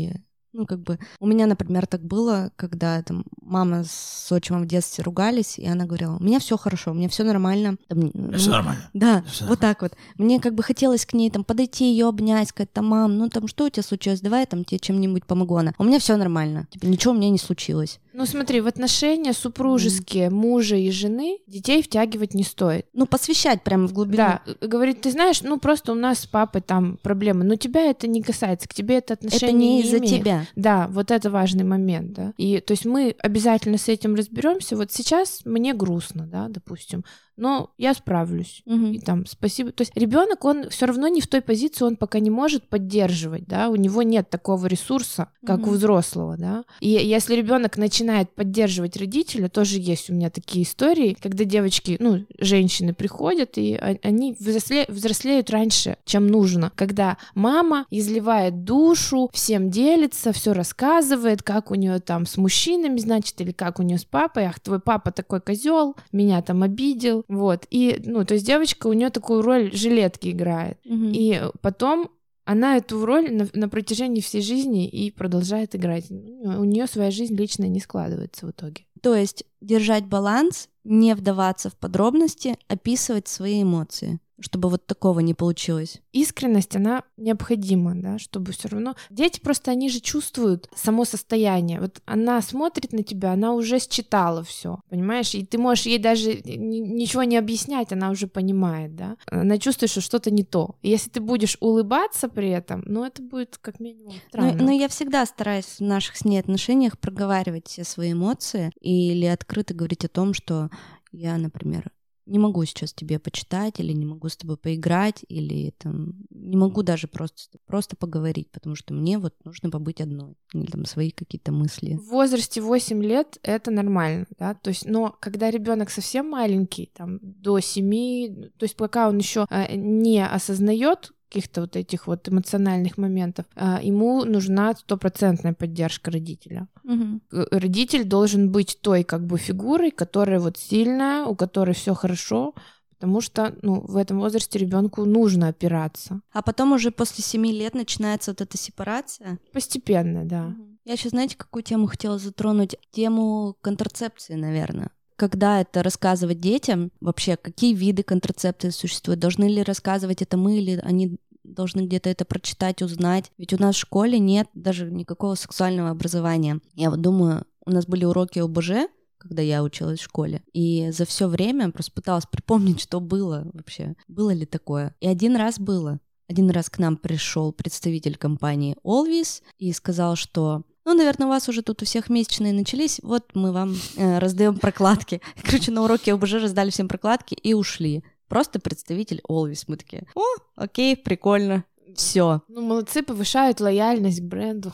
Ну, как бы, у меня, например, так было, когда там мама с отчимом в детстве ругались, и она говорила, у меня все хорошо, у меня все нормально. Там, ну, Все нормально. Да, Всё вот так вот. Мне как бы хотелось к ней там подойти, ее обнять, сказать, там, мам, ну там что у тебя случилось, давай там тебе чем-нибудь помогу. Она, у меня все нормально, типа, ничего у меня не случилось. Ну смотри, в отношения супружеские mm. мужа и жены детей втягивать не стоит. Ну, посвящать прямо в глубину. Да, говорит, ты знаешь, ну просто у нас с папой там проблемы, но тебя это не касается, к тебе это отношение это не, не из-за имеет. тебя. Да, вот это важный момент, да. И то есть мы обязательно с этим разберемся. Вот сейчас мне грустно, да, допустим, но я справлюсь. Угу. И там спасибо. То есть ребенок, он все равно не в той позиции, он пока не может поддерживать, да, у него нет такого ресурса, как угу. у взрослого, да. И если ребенок начинает поддерживать родителя, тоже есть у меня такие истории, когда девочки, ну, женщины приходят, и они взросле, взрослеют раньше, чем нужно, когда мама изливает душу, всем делится, все рассказывает, как у нее там с мужчинами, значит, или как у нее с папой, ах, твой папа такой козел, меня там обидел, вот, и, ну, то есть девочка, у нее такую роль жилетки играет, угу. и потом она эту роль на, на протяжении всей жизни и продолжает играть. У нее своя жизнь личная не складывается в итоге. То есть держать баланс, не вдаваться в подробности, описывать свои эмоции, чтобы вот такого не получилось. Искренность, она необходима, да, чтобы все равно... Дети просто, они же чувствуют само состояние. Вот она смотрит на тебя, она уже считала все, понимаешь? И ты можешь ей даже ничего не объяснять, она уже понимает, да? Она чувствует, что что-то не то. И если ты будешь улыбаться при этом, ну, это будет как минимум странно. Но, но я всегда стараюсь в наших с ней отношениях проговаривать все свои эмоции или открыто говорить о том, что я, например, не могу сейчас тебе почитать, или не могу с тобой поиграть, или там, не могу даже просто, просто поговорить, потому что мне вот нужно побыть одной, или там свои какие-то мысли. В возрасте восемь лет это нормально, да, то есть, но когда ребенок совсем маленький, там, до семи, то есть пока он еще не осознает каких-то вот этих вот эмоциональных моментов, ему нужна стопроцентная поддержка родителя. Угу. Родитель должен быть той как бы фигурой, которая вот сильная, у которой все хорошо, потому что, ну, в этом возрасте ребенку нужно опираться. А потом уже после семи лет начинается вот эта сепарация? Постепенно, да. Угу. Я сейчас, знаете, какую тему хотела затронуть? Тему контрацепции, наверное. Когда это рассказывать детям, вообще, какие виды контрацепции существуют, должны ли рассказывать это мы, или они должны где-то это прочитать, узнать. Ведь у нас в школе нет даже никакого сексуального образования. Я вот думаю, у нас были уроки о бэ жэ, когда я училась в школе, и за все время просто пыталась припомнить, что было вообще, было ли такое. И один раз было. Один раз к нам пришел представитель компании Always и сказал, что ну, наверное, у вас уже тут у всех месячные начались, вот мы вам э, раздаем прокладки. Короче, на уроке о бэ жэ раздали всем прокладки и ушли. Просто представитель Always. Мы такие, о, окей, прикольно, все. Ну, молодцы, повышают лояльность к бренду.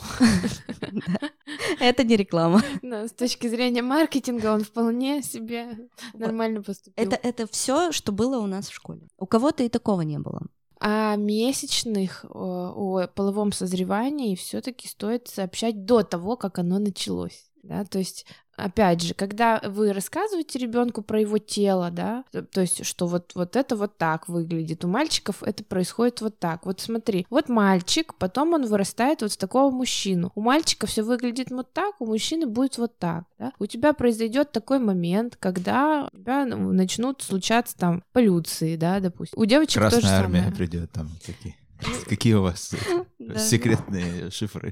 Это не реклама. С точки зрения маркетинга он вполне себе нормально поступил. Это все, что было у нас в школе. У кого-то и такого не было. О месячных, о, о половом созревании все-таки стоит сообщать до того, как оно началось. Да? То есть, опять же, когда вы рассказываете ребенку про его тело, да, то есть, что вот, вот это вот так выглядит, у мальчиков это происходит вот так. Вот смотри, вот мальчик, потом он вырастает вот в такого мужчину. У мальчика все выглядит вот так, у мужчины будет вот так. Да? У тебя произойдет такой момент, когда у тебя ну, начнут случаться там полюции, да, допустим. У девочек Красная тоже армия самое. Придет там такие. Какие у вас секретные шифры?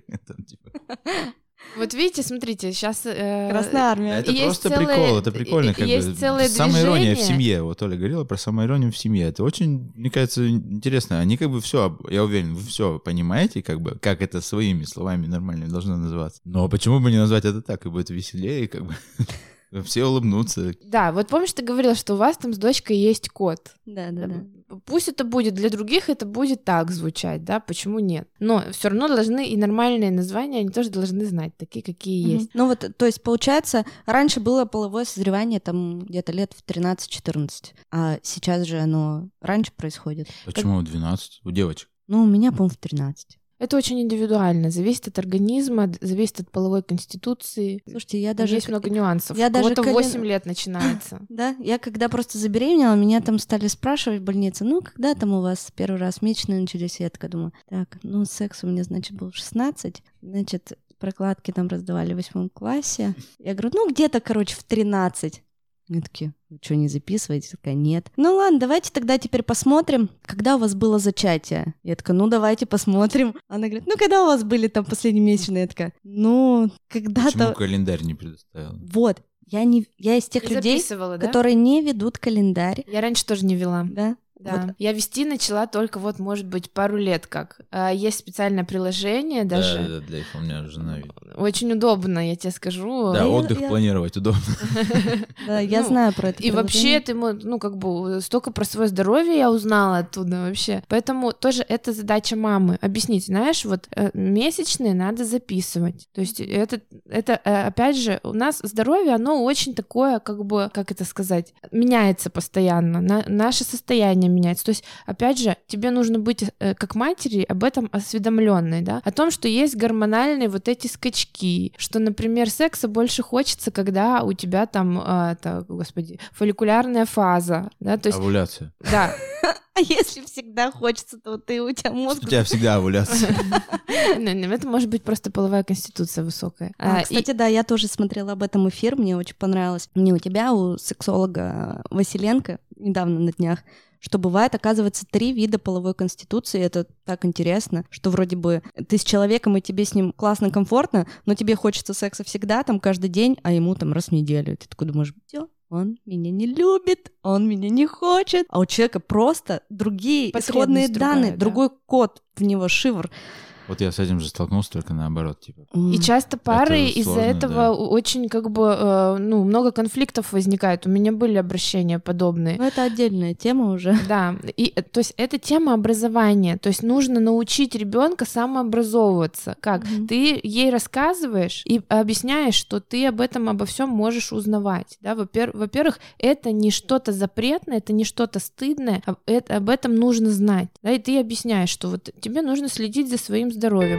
Вот видите, смотрите, сейчас... Э, Красная армия. Это просто целое, прикол, это прикольно. Как есть бы, целое самоирония движение. в семье. Вот Оля говорила про самоиронию в семье. Это очень, мне кажется, интересно. Они как бы все, я уверен, вы все понимаете, как бы, как это своими словами нормально должно называться. Но почему бы не назвать это так? И будет веселее, как бы... Все улыбнутся. Да, вот помнишь, ты говорила, что у вас там с дочкой есть кот. Да, да, да. Пусть это будет для других, это будет так звучать, да, почему нет? Но все равно должны и нормальные названия, они тоже должны знать, такие, какие угу. есть. Ну вот, то есть, получается, раньше было половое созревание там где-то лет в тринадцать-четырнадцать, а сейчас же оно раньше происходит. Почему в двенадцать? У девочек? Ну, у меня, по-моему, в тринадцать. Это очень индивидуально, зависит от организма, зависит от половой конституции. Слушайте, я даже... Есть много нюансов. Я У кого-то даже колен... восемь лет начинается. Да, я когда просто забеременела, меня там стали спрашивать в больнице, ну, когда там у вас первый раз месячные начались? Я такая думаю, так, ну, секс у меня, значит, был в шестнадцать, значит, Прокладки там раздавали в восьмом классе. Я говорю, ну, где-то, короче, в тринадцать. Они такие, вы что, не записываете? Я такая, нет. Ну ладно, давайте тогда теперь посмотрим, когда у вас было зачатие. Я такая, ну давайте посмотрим. Она говорит, ну когда у вас были там последние месячные? Я такая, ну когда-то... Почему календарь не предоставила? Вот, я, не, я из тех Ты людей, записывала, да? которые не ведут календарь. Я раньше тоже не вела. Да? Да. Вот. Я вести начала только вот, может быть, пару лет как. А, есть специальное приложение даже. Да, да, для их у меня жена видит. Очень удобно, я тебе скажу. Да, я- отдых я- планировать удобно. Да, я Ну, знаю про это И вообще приложение. ты, мо- ну, как бы, столько про свое здоровье я узнала оттуда вообще. Поэтому тоже это задача мамы. Объяснить, знаешь, вот э, месячные надо записывать. То есть это, это, э, опять же, у нас здоровье, оно очень такое, как бы, как это сказать, меняется постоянно. На- наше состояние меняется. То есть, опять же, тебе нужно быть, э, как матери, об этом осведомленной, да, о том, что есть гормональные вот эти скачки, что, например, секса больше хочется, когда у тебя там, э, это, господи, фолликулярная фаза, да, то есть, Овуляция. да, А если всегда хочется, то ты у тебя мозг... У тебя всегда овуляция. это может быть просто половая конституция высокая. А, А, и- кстати, да, я тоже смотрела об этом эфир, мне очень понравилось. Не у тебя, а у сексолога Василенко недавно на днях, что бывает, оказывается, три вида половой конституции. Это так интересно, что вроде бы ты с человеком, и тебе с ним классно, комфортно, но тебе хочется секса всегда, там, каждый день, а ему там раз в неделю. И ты такой думаешь, все, он меня не любит, он меня не хочет. А у человека просто другие Потребность исходные другая, данные, да. другой код в него, шивр. Вот я с этим же столкнулся, только наоборот, типа. И часто пары Это из-за сложно, этого да. очень как бы, э, ну, много конфликтов возникает. У меня были обращения подобные. Ну, это отдельная тема уже. Да, и э, то есть это тема образования, то есть нужно научить ребенка самообразовываться. Как? Мгм. Ты ей рассказываешь и объясняешь, что ты об этом обо всем можешь узнавать. Да? Во-пер- Во-первых, это не что-то запретное, это не что-то стыдное, а это- об этом нужно знать. Да? И ты объясняешь, что вот тебе нужно следить за своим здоровьем.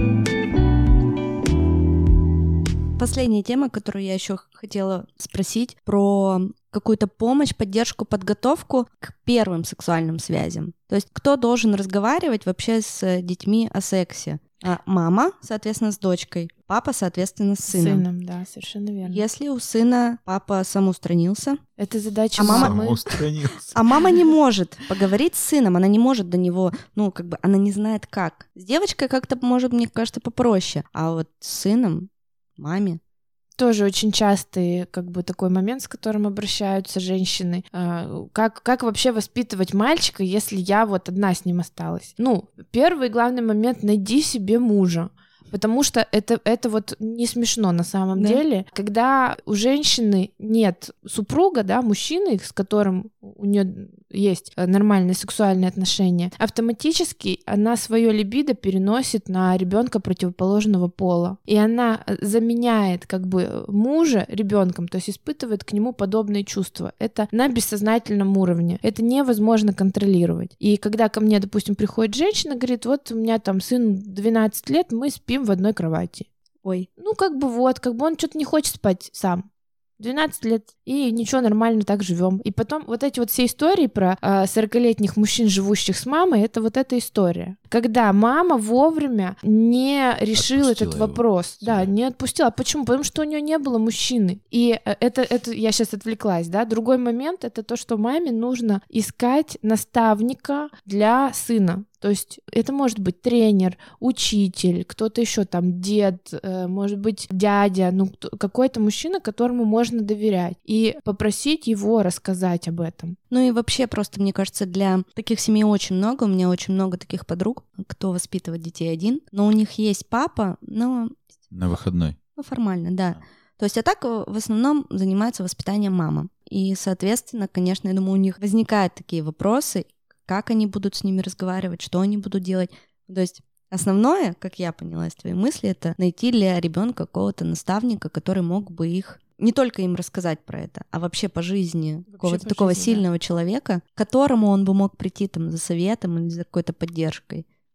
Последняя тема, которую я еще хотела спросить, про какую-то помощь, поддержку, подготовку к первым сексуальным связям. То есть кто должен разговаривать вообще с детьми о сексе? А, мама, соответственно, с дочкой, папа, соответственно, с сыном. Сыном, да, совершенно верно. Если у сына папа самоустранился, Это задача А мама- мамы. Самоустранился. а мама не может поговорить с сыном, она не может до него, ну, как бы, она не знает как. С девочкой как-то, может, мне кажется, попроще, а вот с сыном, маме, Тоже очень частый, как бы, такой момент, с которым обращаются женщины. А, Как, как вообще воспитывать мальчика, если я вот одна с ним осталась? Ну, первый главный момент — найди себе мужа. Потому что это, это вот не смешно на самом Да. деле. Когда у женщины нет супруга, да, мужчины, с которым у нее есть э, нормальные сексуальные отношения, автоматически она свое либидо переносит на ребенка противоположного пола. И она э, заменяет как бы мужа ребенком, то есть испытывает к нему подобные чувства. Это на бессознательном уровне. Это невозможно контролировать. И когда ко мне, допустим, приходит женщина, говорит, вот у меня там сын двенадцать лет, мы спим в одной кровати. ой, Ну, как бы вот, как бы он что-то не хочет спать сам. двенадцать лет, и ничего, нормально так живем. И потом вот эти вот все истории про э, сорокалетних мужчин, живущих с мамой, это вот эта история. Когда мама вовремя не решила Отпустила этот его вопрос. Да, себе. не отпустила. А почему? Потому что у нее не было мужчины. И э, это, это я сейчас отвлеклась, да. Другой момент — это то, что маме нужно искать наставника для сына. То есть это может быть тренер, учитель, кто-то еще там, дед, э, может быть, дядя, ну, кто- какой-то мужчина, которому можно доверять, и попросить его рассказать об этом. Ну и вообще просто, мне кажется, для таких семей очень много. У меня очень много таких подруг, кто воспитывает детей один, но у них есть папа, но На выходной. ну, формально, да. То есть, а так э, в основном занимается воспитанием мама. И, соответственно, конечно, я думаю, у них возникают такие вопросы, как они будут с ними разговаривать, что они будут делать. То есть основное, как я поняла из твоей мысли, это найти для ребенка какого-то наставника, который мог бы их не только им рассказать про это, а вообще по жизни Вообще какого-то по такого жизни, да. сильного человека, к которому он бы мог прийти там за советом или за какой-то поддержкой.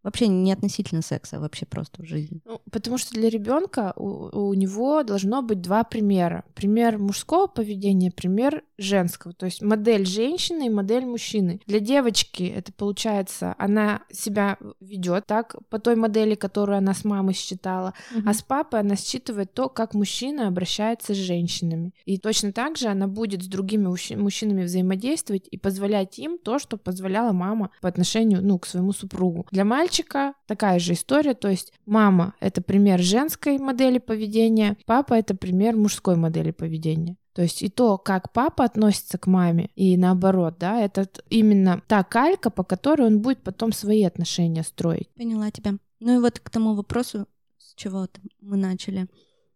Вообще не относительно секса, а вообще просто в жизни. Ну, потому что для ребенка у, у него должно быть два примера. Пример мужского поведения, пример женского. То есть модель женщины и модель мужчины. Для девочки это получается, она себя ведет так по той модели, которую она с мамой считала, mm-hmm. а с папой она считывает то, как мужчина обращается с женщинами. И точно так же она будет с другими мужчинами взаимодействовать и позволять им то, что позволяла мама по отношению, ну, к своему супругу. Для мальчика такая же история, то есть мама — это пример женской модели поведения, папа — это пример мужской модели поведения. То есть и то, как папа относится к маме, и наоборот, да, это именно та калька, по которой он будет потом свои отношения строить. Поняла тебя. Ну и вот к тому вопросу, с чего мы начали,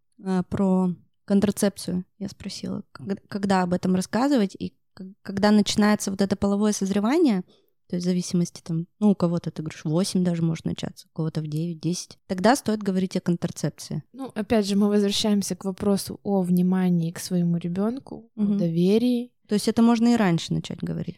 про контрацепцию я спросила, когда об этом рассказывать, и когда начинается вот это половое созревание, то есть в зависимости там, ну, у кого-то, ты говоришь, в восемь даже может начаться, у кого-то в девять-десять. Тогда стоит говорить о контрацепции. Ну, опять же, мы возвращаемся к вопросу о внимании к своему ребенку, угу. о доверии. То есть это можно и раньше начать говорить.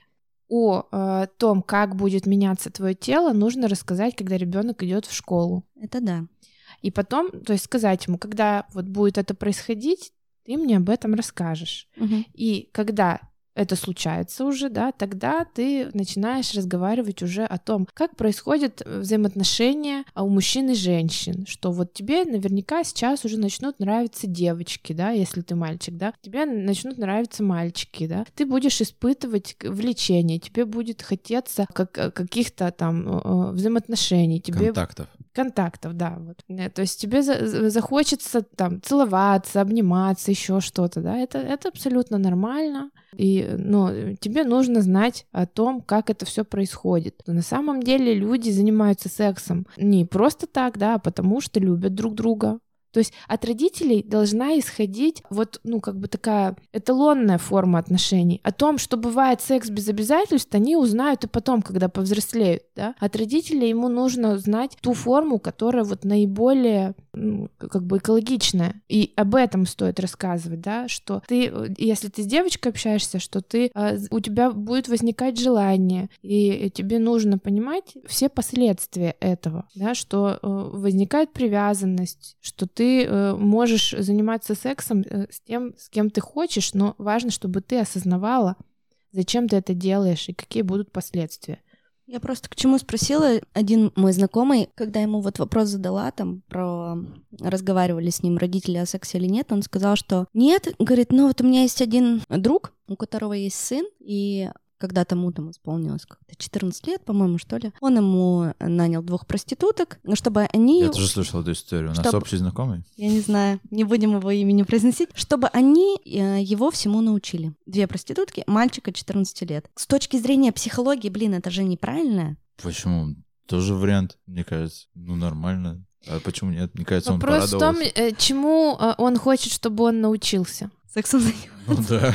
О э, том, как будет меняться твое тело, нужно рассказать, когда ребенок идет в школу. Это да. И потом, то есть сказать ему, когда вот будет это происходить, ты мне об этом расскажешь. Угу. И когда это случается уже, да, тогда ты начинаешь разговаривать уже о том, как происходят взаимоотношения у мужчин и женщин, что вот тебе наверняка сейчас уже начнут нравиться девочки, да, если ты мальчик, да, тебе начнут нравиться мальчики, да, ты будешь испытывать влечение, тебе будет хотеться как, каких-то там взаимоотношений, тебе... Контактов. Контактов, да, вот. То есть тебе за- захочется там целоваться, обниматься, еще что-то, да, это, это абсолютно нормально. И, ну, тебе нужно знать о том, как это все происходит. Но на самом деле люди занимаются сексом не просто так, да, а потому что любят друг друга. То есть от родителей должна исходить вот, ну, как бы такая эталонная форма отношений. О том, что бывает секс без обязательств, они узнают и потом, когда повзрослеют, да. От родителей ему нужно знать ту форму, которая вот наиболее, ну, как бы экологичная. И об этом стоит рассказывать, да, что ты, если ты с девочкой общаешься, что ты, у тебя будет возникать желание, и тебе нужно понимать все последствия этого, да, что возникает привязанность, что ты ты э, можешь заниматься сексом э, с тем, с кем ты хочешь, но важно, чтобы ты осознавала, зачем ты это делаешь и какие будут последствия. Я просто к чему спросила. Один мой знакомый, когда ему вот вопрос задала, там, про разговаривали с ним родители о сексе или нет, он сказал, что нет, говорит, ну вот у меня есть один друг, у которого есть сын, и когда тому там исполнилось как-то четырнадцать лет, по-моему, что ли, он ему нанял двух проституток, чтобы они... Я тоже слышал эту историю. У нас чтобы... общий знакомый. Я не знаю, не будем его имени произносить. Чтобы они его всему научили. Две проститутки, мальчика четырнадцати лет. С точки зрения психологии, блин, это же неправильно. Почему? Тоже вариант, мне кажется. Ну, нормально. А почему нет? Мне кажется, Вопрос он порадовался. Вопрос в том, чему он хочет, чтобы он научился. Сексом заниматься. Ну да.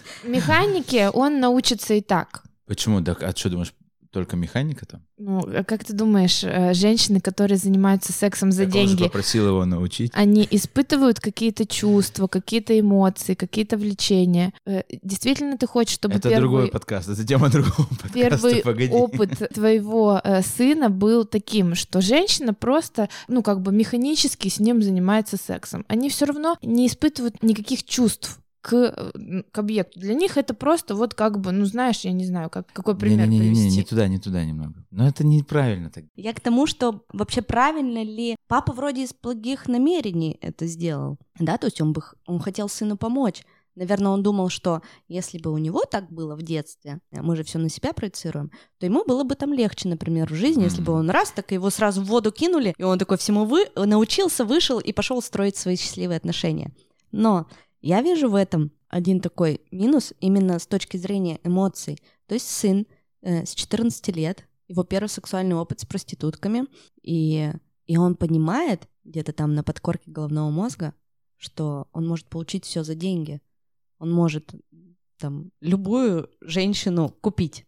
Механике он научится и так. Почему? Так, а что думаешь, только механика там? Ну, а как ты думаешь, женщины, которые занимаются сексом за так деньги, он же попросил его научить. Они испытывают какие-то чувства, какие-то эмоции, какие-то влечения. Действительно ты хочешь, чтобы это первый... другой подкаст, это тема другого подкаста, Первый погоди. опыт твоего э, сына был таким, что женщина просто, ну, как бы механически с ним занимается сексом. Они все равно не испытывают никаких чувств к, к объекту. Для них это просто вот как бы, ну, знаешь, я не знаю, как, какой пример не, не, не, привести. Не, не туда, не туда немного. Но это неправильно так. Я к тому, что вообще правильно ли... Папа вроде из благих намерений это сделал, да, то есть он, бы, он хотел сыну помочь. Наверное, он думал, что если бы у него так было в детстве, мы же все на себя проецируем, то ему было бы там легче, например, в жизни, если бы он раз, так его сразу в воду кинули, и он такой всему вы... научился, вышел и пошел строить свои счастливые отношения. Но я вижу в этом один такой минус именно с точки зрения эмоций. То есть сын э, с четырнадцати лет, его первый сексуальный опыт с проститутками, и, и он понимает где-то там на подкорке головного мозга, что он может получить все за деньги. Он может там любую женщину купить.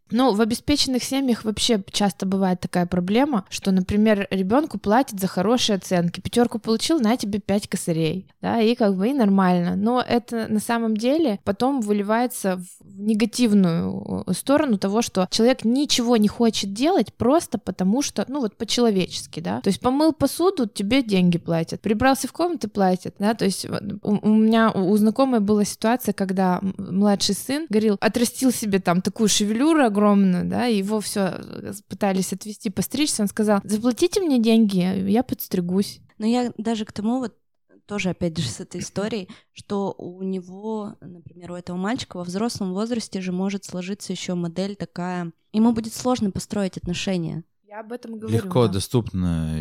Ну, в обеспеченных семьях вообще часто бывает такая проблема, что, например, ребенку платят за хорошие оценки. Пятерку получил, на тебе пять косарей, да, и как бы и нормально. Но это на самом деле потом выливается в негативную сторону того, что человек ничего не хочет делать просто потому, что, ну вот по-человечески, да. То есть помыл посуду, тебе деньги платят, прибрался в комнату, платят, да. То есть у, у меня у знакомой была ситуация, когда младший сын говорил, отрастил себе там такую шевелюру огромную, да, и его все пытались отвести, постричься, он сказал, заплатите мне деньги, я подстригусь. Но я даже к тому вот тоже, опять же, с этой историей, что у него, например, у этого мальчика во взрослом возрасте же может сложиться еще модель такая, ему будет сложно построить отношения. Я об этом говорю. Легко, да. доступно.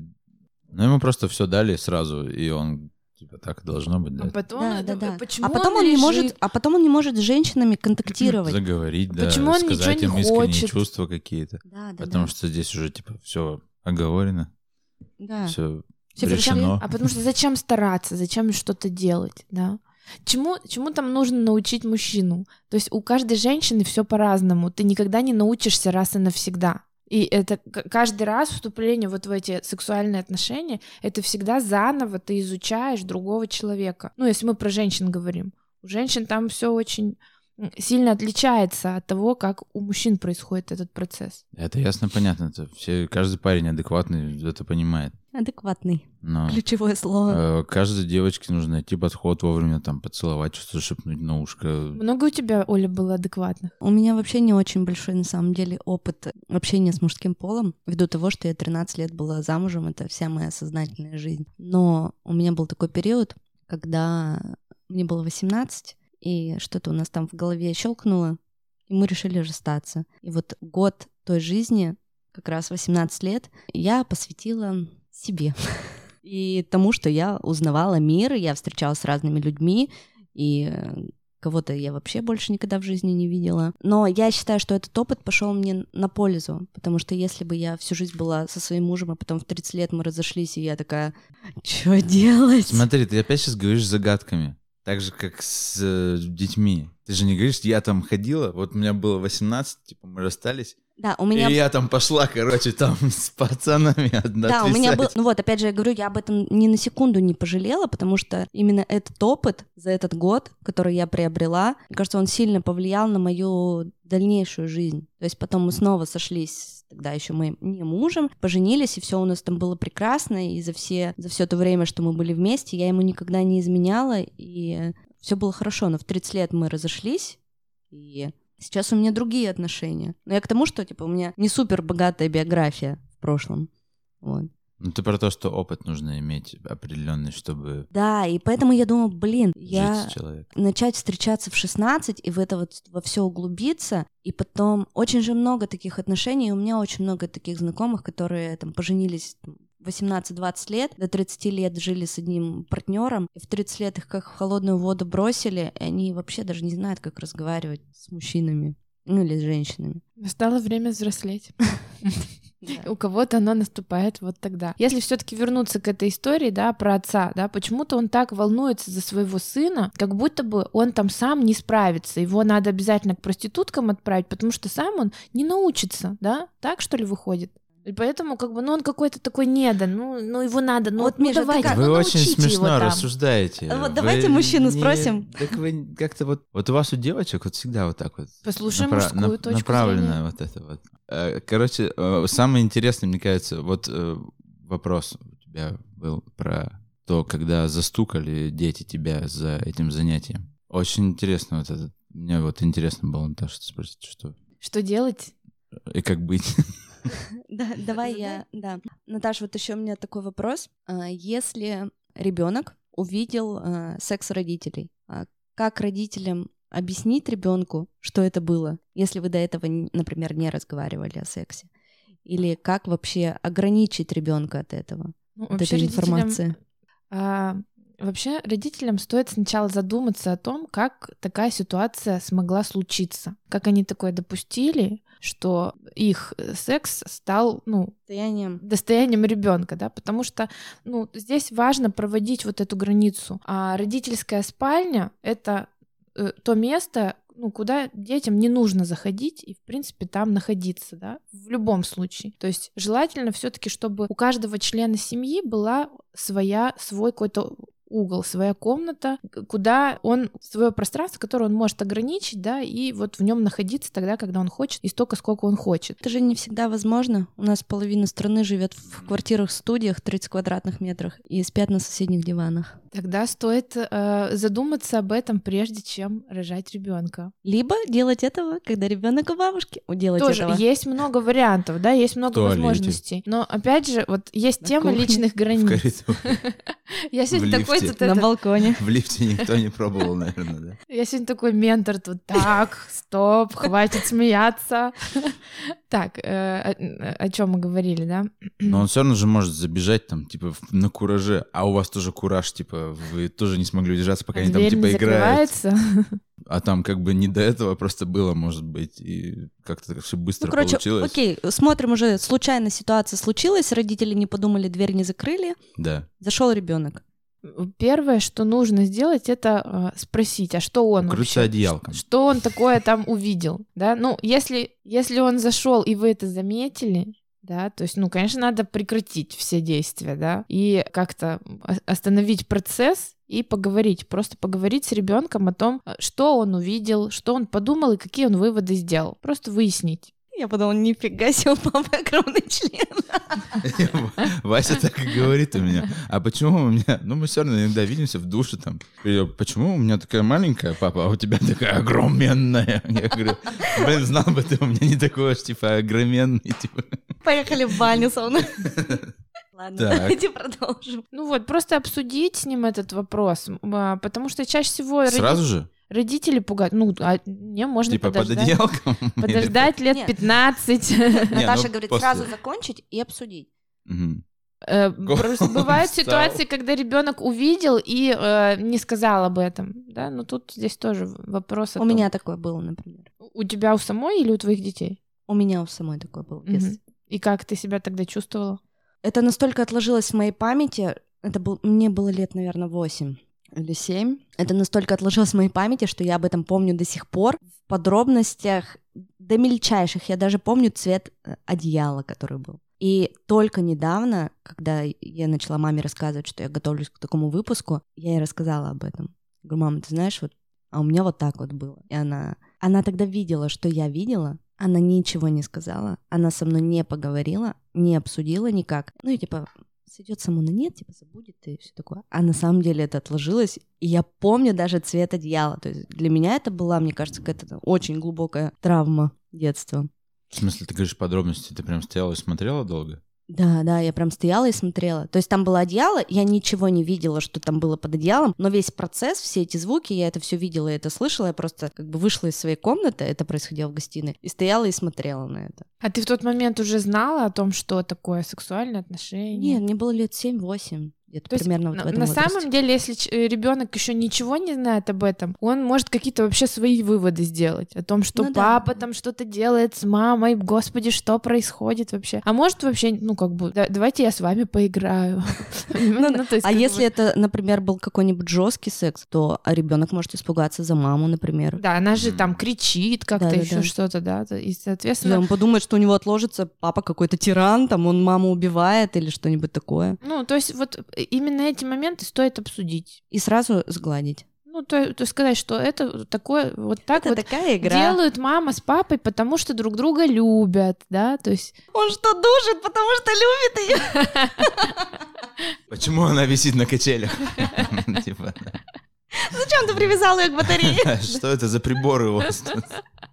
Но ему просто все дали сразу, и он типа так должно быть, да? А потом, Да, это, да, да. Почему а потом он, он не лежит? может, а потом он не может с женщинами контактировать. Заговорить, да, Почему он сказать ничего им не искренние хочет? чувства какие-то. Да, да, Потому да. что здесь уже типа все оговорено, Да. все Всё решено. А потому что зачем стараться, зачем что-то делать, да? Чему, чему там нужно научить мужчину? То есть у каждой женщины все по-разному. Ты никогда не научишься раз и навсегда. И это каждый раз вступление вот в эти сексуальные отношения, это всегда заново ты изучаешь другого человека. Ну, если мы про женщин говорим. У женщин там все очень сильно отличается от того, как у мужчин происходит этот процесс. Это ясно, понятно. Это все, каждый парень адекватный это понимает. Адекватный. Но Ключевое слово. э, каждой девочке нужно найти подход, вовремя там поцеловать, что-то шепнуть на ушко. Много у тебя, Оля, было адекватных? У меня вообще не очень большой, на самом деле, опыт общения с мужским полом, ввиду того, что я тринадцать лет была замужем, это вся моя сознательная жизнь. Но у меня был такой период, когда мне было восемнадцать, и что-то у нас там в голове щелкнуло, и мы решили расстаться. И вот год той жизни, как раз восемнадцать лет, я посвятила себе. И тому, что я узнавала мир, я встречалась с разными людьми, и кого-то я вообще больше никогда в жизни не видела. Но я считаю, что этот опыт пошел мне на пользу, потому что если бы я всю жизнь была со своим мужем, а потом в тридцать лет мы разошлись, и я такая, что делать? Смотри, ты опять сейчас говоришь загадками. Так же, как с э, детьми. Ты же не говоришь, я там ходила, вот у меня было восемнадцать, типа мы расстались, Да, у меня... и я там пошла, короче, там с пацанами одна Да, у меня отвисать. был... Ну вот, опять же, я говорю, я об этом ни на секунду не пожалела, потому что именно этот опыт за этот год, который я приобрела, мне кажется, он сильно повлиял на мою дальнейшую жизнь. То есть потом мы снова сошлись, тогда еще мы не мужем, поженились, и все у нас там было прекрасно, и за все, за все то время, что мы были вместе, я ему никогда не изменяла, и все было хорошо. Но в тридцать лет мы разошлись, и сейчас у меня другие отношения. Но я к тому, что типа у меня не супер богатая биография в прошлом. Вот. Ну ты про то, что опыт нужно иметь определенный, чтобы Да, и поэтому я думаю, блин, жить я с человеком. начать встречаться в шестнадцать и в это вот во все углубиться, и потом очень же много таких отношений, и у меня очень много таких знакомых, которые там поженились восемнадцать-двадцать лет, до тридцати лет жили с одним партнером, и в тридцать лет их как в холодную воду бросили, и они вообще даже не знают, как разговаривать с мужчинами, ну или с женщинами. Настало время взрослеть. Да. У кого-то оно наступает вот тогда. Если все-таки вернуться к этой истории, да, про отца, да, почему-то он так волнуется за своего сына, как будто бы он там сам не справится. Его надо обязательно к проституткам отправить, потому что сам он не научится, да? Так что ли выходит? И поэтому, как бы, ну, он какой-то такой недан, ну, ну его надо, ну, Вот, ну Миша, ты давайте, как? Вы ну, очень научите его смешно там. рассуждаете. Вот Вы давайте мужчину не- спросим. Так вы как-то вот... Вот у вас у девочек вот всегда вот так вот... Послушаем напра- мужскую на- точку направлено зрения. вот это вот. Э, Короче, э, самое интересное, мне кажется, вот э, вопрос у тебя был про то, когда застукали дети тебя за этим занятием. Очень интересно вот это. Мне вот интересно было, Наташа, спросить, что... Что делать? И как быть? Да, давай я, да. Наташа, вот еще у меня такой вопрос. А, Если ребенок увидел а, секс родителей, а как родителям объяснить ребенку, что это было, если вы до этого, н- например, не разговаривали о сексе? Или как вообще ограничить ребенка от этого, Ну, от вообще этой родителям- информации? А, вообще родителям стоит сначала задуматься о том, как такая ситуация смогла случиться, как они такое допустили, что их секс стал, ну, Состоянием. достоянием ребенка, да, потому что, ну, здесь важно проводить вот эту границу. А родительская спальня — это э, то место, ну, куда детям не нужно заходить и, в принципе, там находиться, да, в любом случае. То есть желательно все-таки, чтобы у каждого члена семьи была своя, свой какой-то угол, своя комната, куда он, свое пространство, которое он может ограничить, да, и вот в нем находиться тогда, когда он хочет, и столько, сколько он хочет. Это же не всегда возможно. У нас половина страны живет в квартирах-студиях тридцать квадратных метрах и спят на соседних диванах. Тогда стоит э, задуматься об этом, прежде чем рожать ребенка. Либо делать этого, когда ребенок у бабушки. Делать Тоже этого. есть много вариантов, да, есть много туалете. возможностей. Но опять же, вот есть На тема кухне. личных границ. В коридоре. Я сегодня В такой лифте. тут На это- балконе. В лифте никто не пробовал, наверное, да? Я сегодня такой ментор тут. Так, стоп, хватит смеяться. Так, э, о, о чем мы говорили, да? Но он все равно же может забежать там, типа, в- на кураже, а у вас тоже кураж, типа, вы тоже не смогли удержаться, пока они там, Дверь типа, не играют. закрывается. А там как бы не до этого просто было, может быть, и как-то так все быстро Ну, короче, получилось. окей, смотрим уже, случайно ситуация случилась, родители не подумали, дверь не закрыли, Да. зашел ребенок. Первое, что нужно сделать, это э, спросить, а что он Укрыться вообще? одеялком. Что он такое там увидел, да? Ну, если, если он зашел, и вы это заметили, да, то есть, ну, конечно, надо прекратить все действия, да, и как-то о- остановить процесс и поговорить, просто поговорить с ребенком о том, что он увидел, что он подумал и какие он выводы сделал. Просто выяснить. Я подумала, нифига себе, у папы огромный член. Вася так и говорит у меня. А почему у меня... Ну, мы все равно иногда видимся в душе там. Я говорю, почему у меня такая маленькая, папа, а у тебя такая огроменная? Я говорю, блин, знал бы ты, у меня не такой уж, типа, огроменный, типа. Поехали в баню со мной. Ладно, Так. давайте продолжим. Ну вот, просто обсудить с ним этот вопрос, м, а, потому что чаще всего роди- Сразу же? родители пугают. Ну, а не, можно Типа под подождать. одеялком? Подождать лет Нет. пятнадцать. Наташа ну, говорит, после. сразу закончить и обсудить. Мгм. Э, Просто бывают Встал. ситуации, когда ребенок увидел и э, не сказал об этом, да, но тут здесь тоже вопрос о У том, меня такое было, например. у тебя у самой или у твоих детей? У меня у самой такое было. в детстве. Мгм. И как ты себя тогда чувствовала? Это настолько отложилось в моей памяти, это был, мне было лет, наверное, восемь или семь. Это настолько отложилось в моей памяти, что я об этом помню до сих пор. В подробностях, до мельчайших, я даже помню цвет э, одеяла, который был. И только недавно, когда я начала маме рассказывать, что я готовлюсь к такому выпуску, я ей рассказала об этом. Говорю, мама, ты знаешь, вот, а у меня вот так вот было. И она, она тогда видела, что я видела, она ничего не сказала, она со мной не поговорила, не обсудила никак. Ну и типа сойдет само на нет, типа забудет и все такое. А на самом деле это отложилось, и я помню даже цвет одеяла. То есть для меня это была, мне кажется, какая-то очень глубокая травма детства. В смысле, ты говоришь подробности, ты прям стояла и смотрела долго? Да, да, я прям стояла и смотрела. То есть там было одеяло, я ничего не видела, что там было под одеялом, но весь процесс, все эти звуки, я это все видела, я это слышала, я просто как бы вышла из своей комнаты, это происходило в гостиной, и стояла и смотрела на это. А ты в тот момент уже знала о том, что такое сексуальные отношения? Нет, мне было лет семь-восемь, где-то То есть примерно вот на, в этом на возрасте. самом деле, если ребенок еще ничего не знает об этом, он может какие-то вообще свои выводы сделать о том, что Ну да. папа там что-то делает с мамой, господи, что происходит вообще. А может вообще, ну как бы, «Да- давайте я с вами поиграю. Ну да. Ну, то есть А как если бы- это, например, был какой-нибудь жесткий секс, то ребенок может испугаться за маму, например. Да, она же там кричит как-то, Да-да-да. еще что-то, да, то- и Или соответственно, он подумает, что у него отложится папа какой-то тиран, там он маму убивает или что-нибудь такое. ну то есть вот именно эти моменты стоит обсудить. И сразу сгладить. Ну то, то есть сказать, что это такое, вот так Это вот такая игра. делают мама с папой, потому что друг друга любят, да, то есть Он что, душит, потому что любит ее? Почему она висит на качелях? Типа, Зачем ты привязал ее к батарее? что это за приборы у вас тут?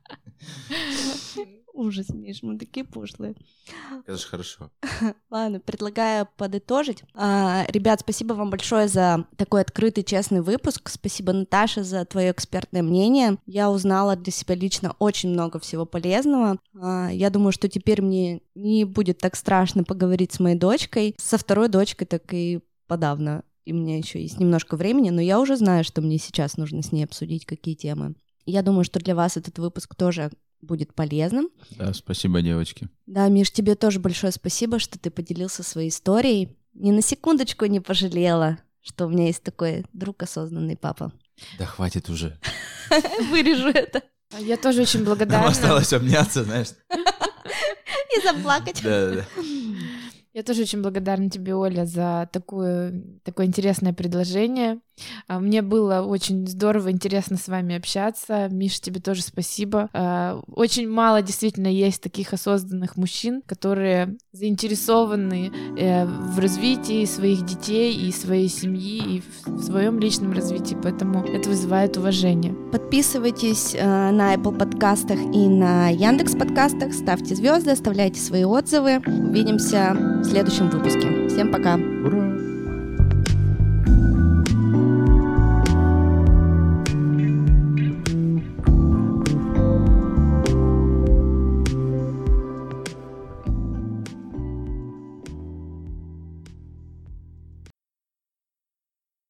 Ужас, Миш, мы такие пошлые. Это же хорошо. Ладно, предлагаю подытожить. А, ребят, спасибо вам большое за такой открытый, честный выпуск. Спасибо, Наташа, за твое экспертное мнение. Я узнала для себя лично очень много всего полезного. А, я думаю, что теперь мне не будет так страшно поговорить с моей дочкой. Со второй дочкой так и подавно. И у меня еще есть немножко времени, но я уже знаю, что мне сейчас нужно с ней обсудить, какие темы. Я думаю, что для вас этот выпуск тоже будет полезным. Да, спасибо, девочки. Да, Миш, тебе тоже большое спасибо, что ты поделился своей историей. Ни на секундочку не пожалела, что у меня есть такой друг осознанный папа. Да хватит уже. Вырежу это. Я тоже очень благодарна. Нам осталось обняться, знаешь. И заплакать. Да, да, да. Я тоже очень благодарна тебе, Оля, за такое, такое интересное предложение. Мне было очень здорово, интересно с вами общаться. Миша, тебе тоже спасибо. Очень мало действительно есть таких осознанных мужчин, которые заинтересованы в развитии своих детей и своей семьи, и в своем личном развитии, поэтому это вызывает уважение. Подписывайтесь на Apple подкастах и на Яндекс подкастах, ставьте звезды, оставляйте свои отзывы. Увидимся в следующем выпуске. Всем пока!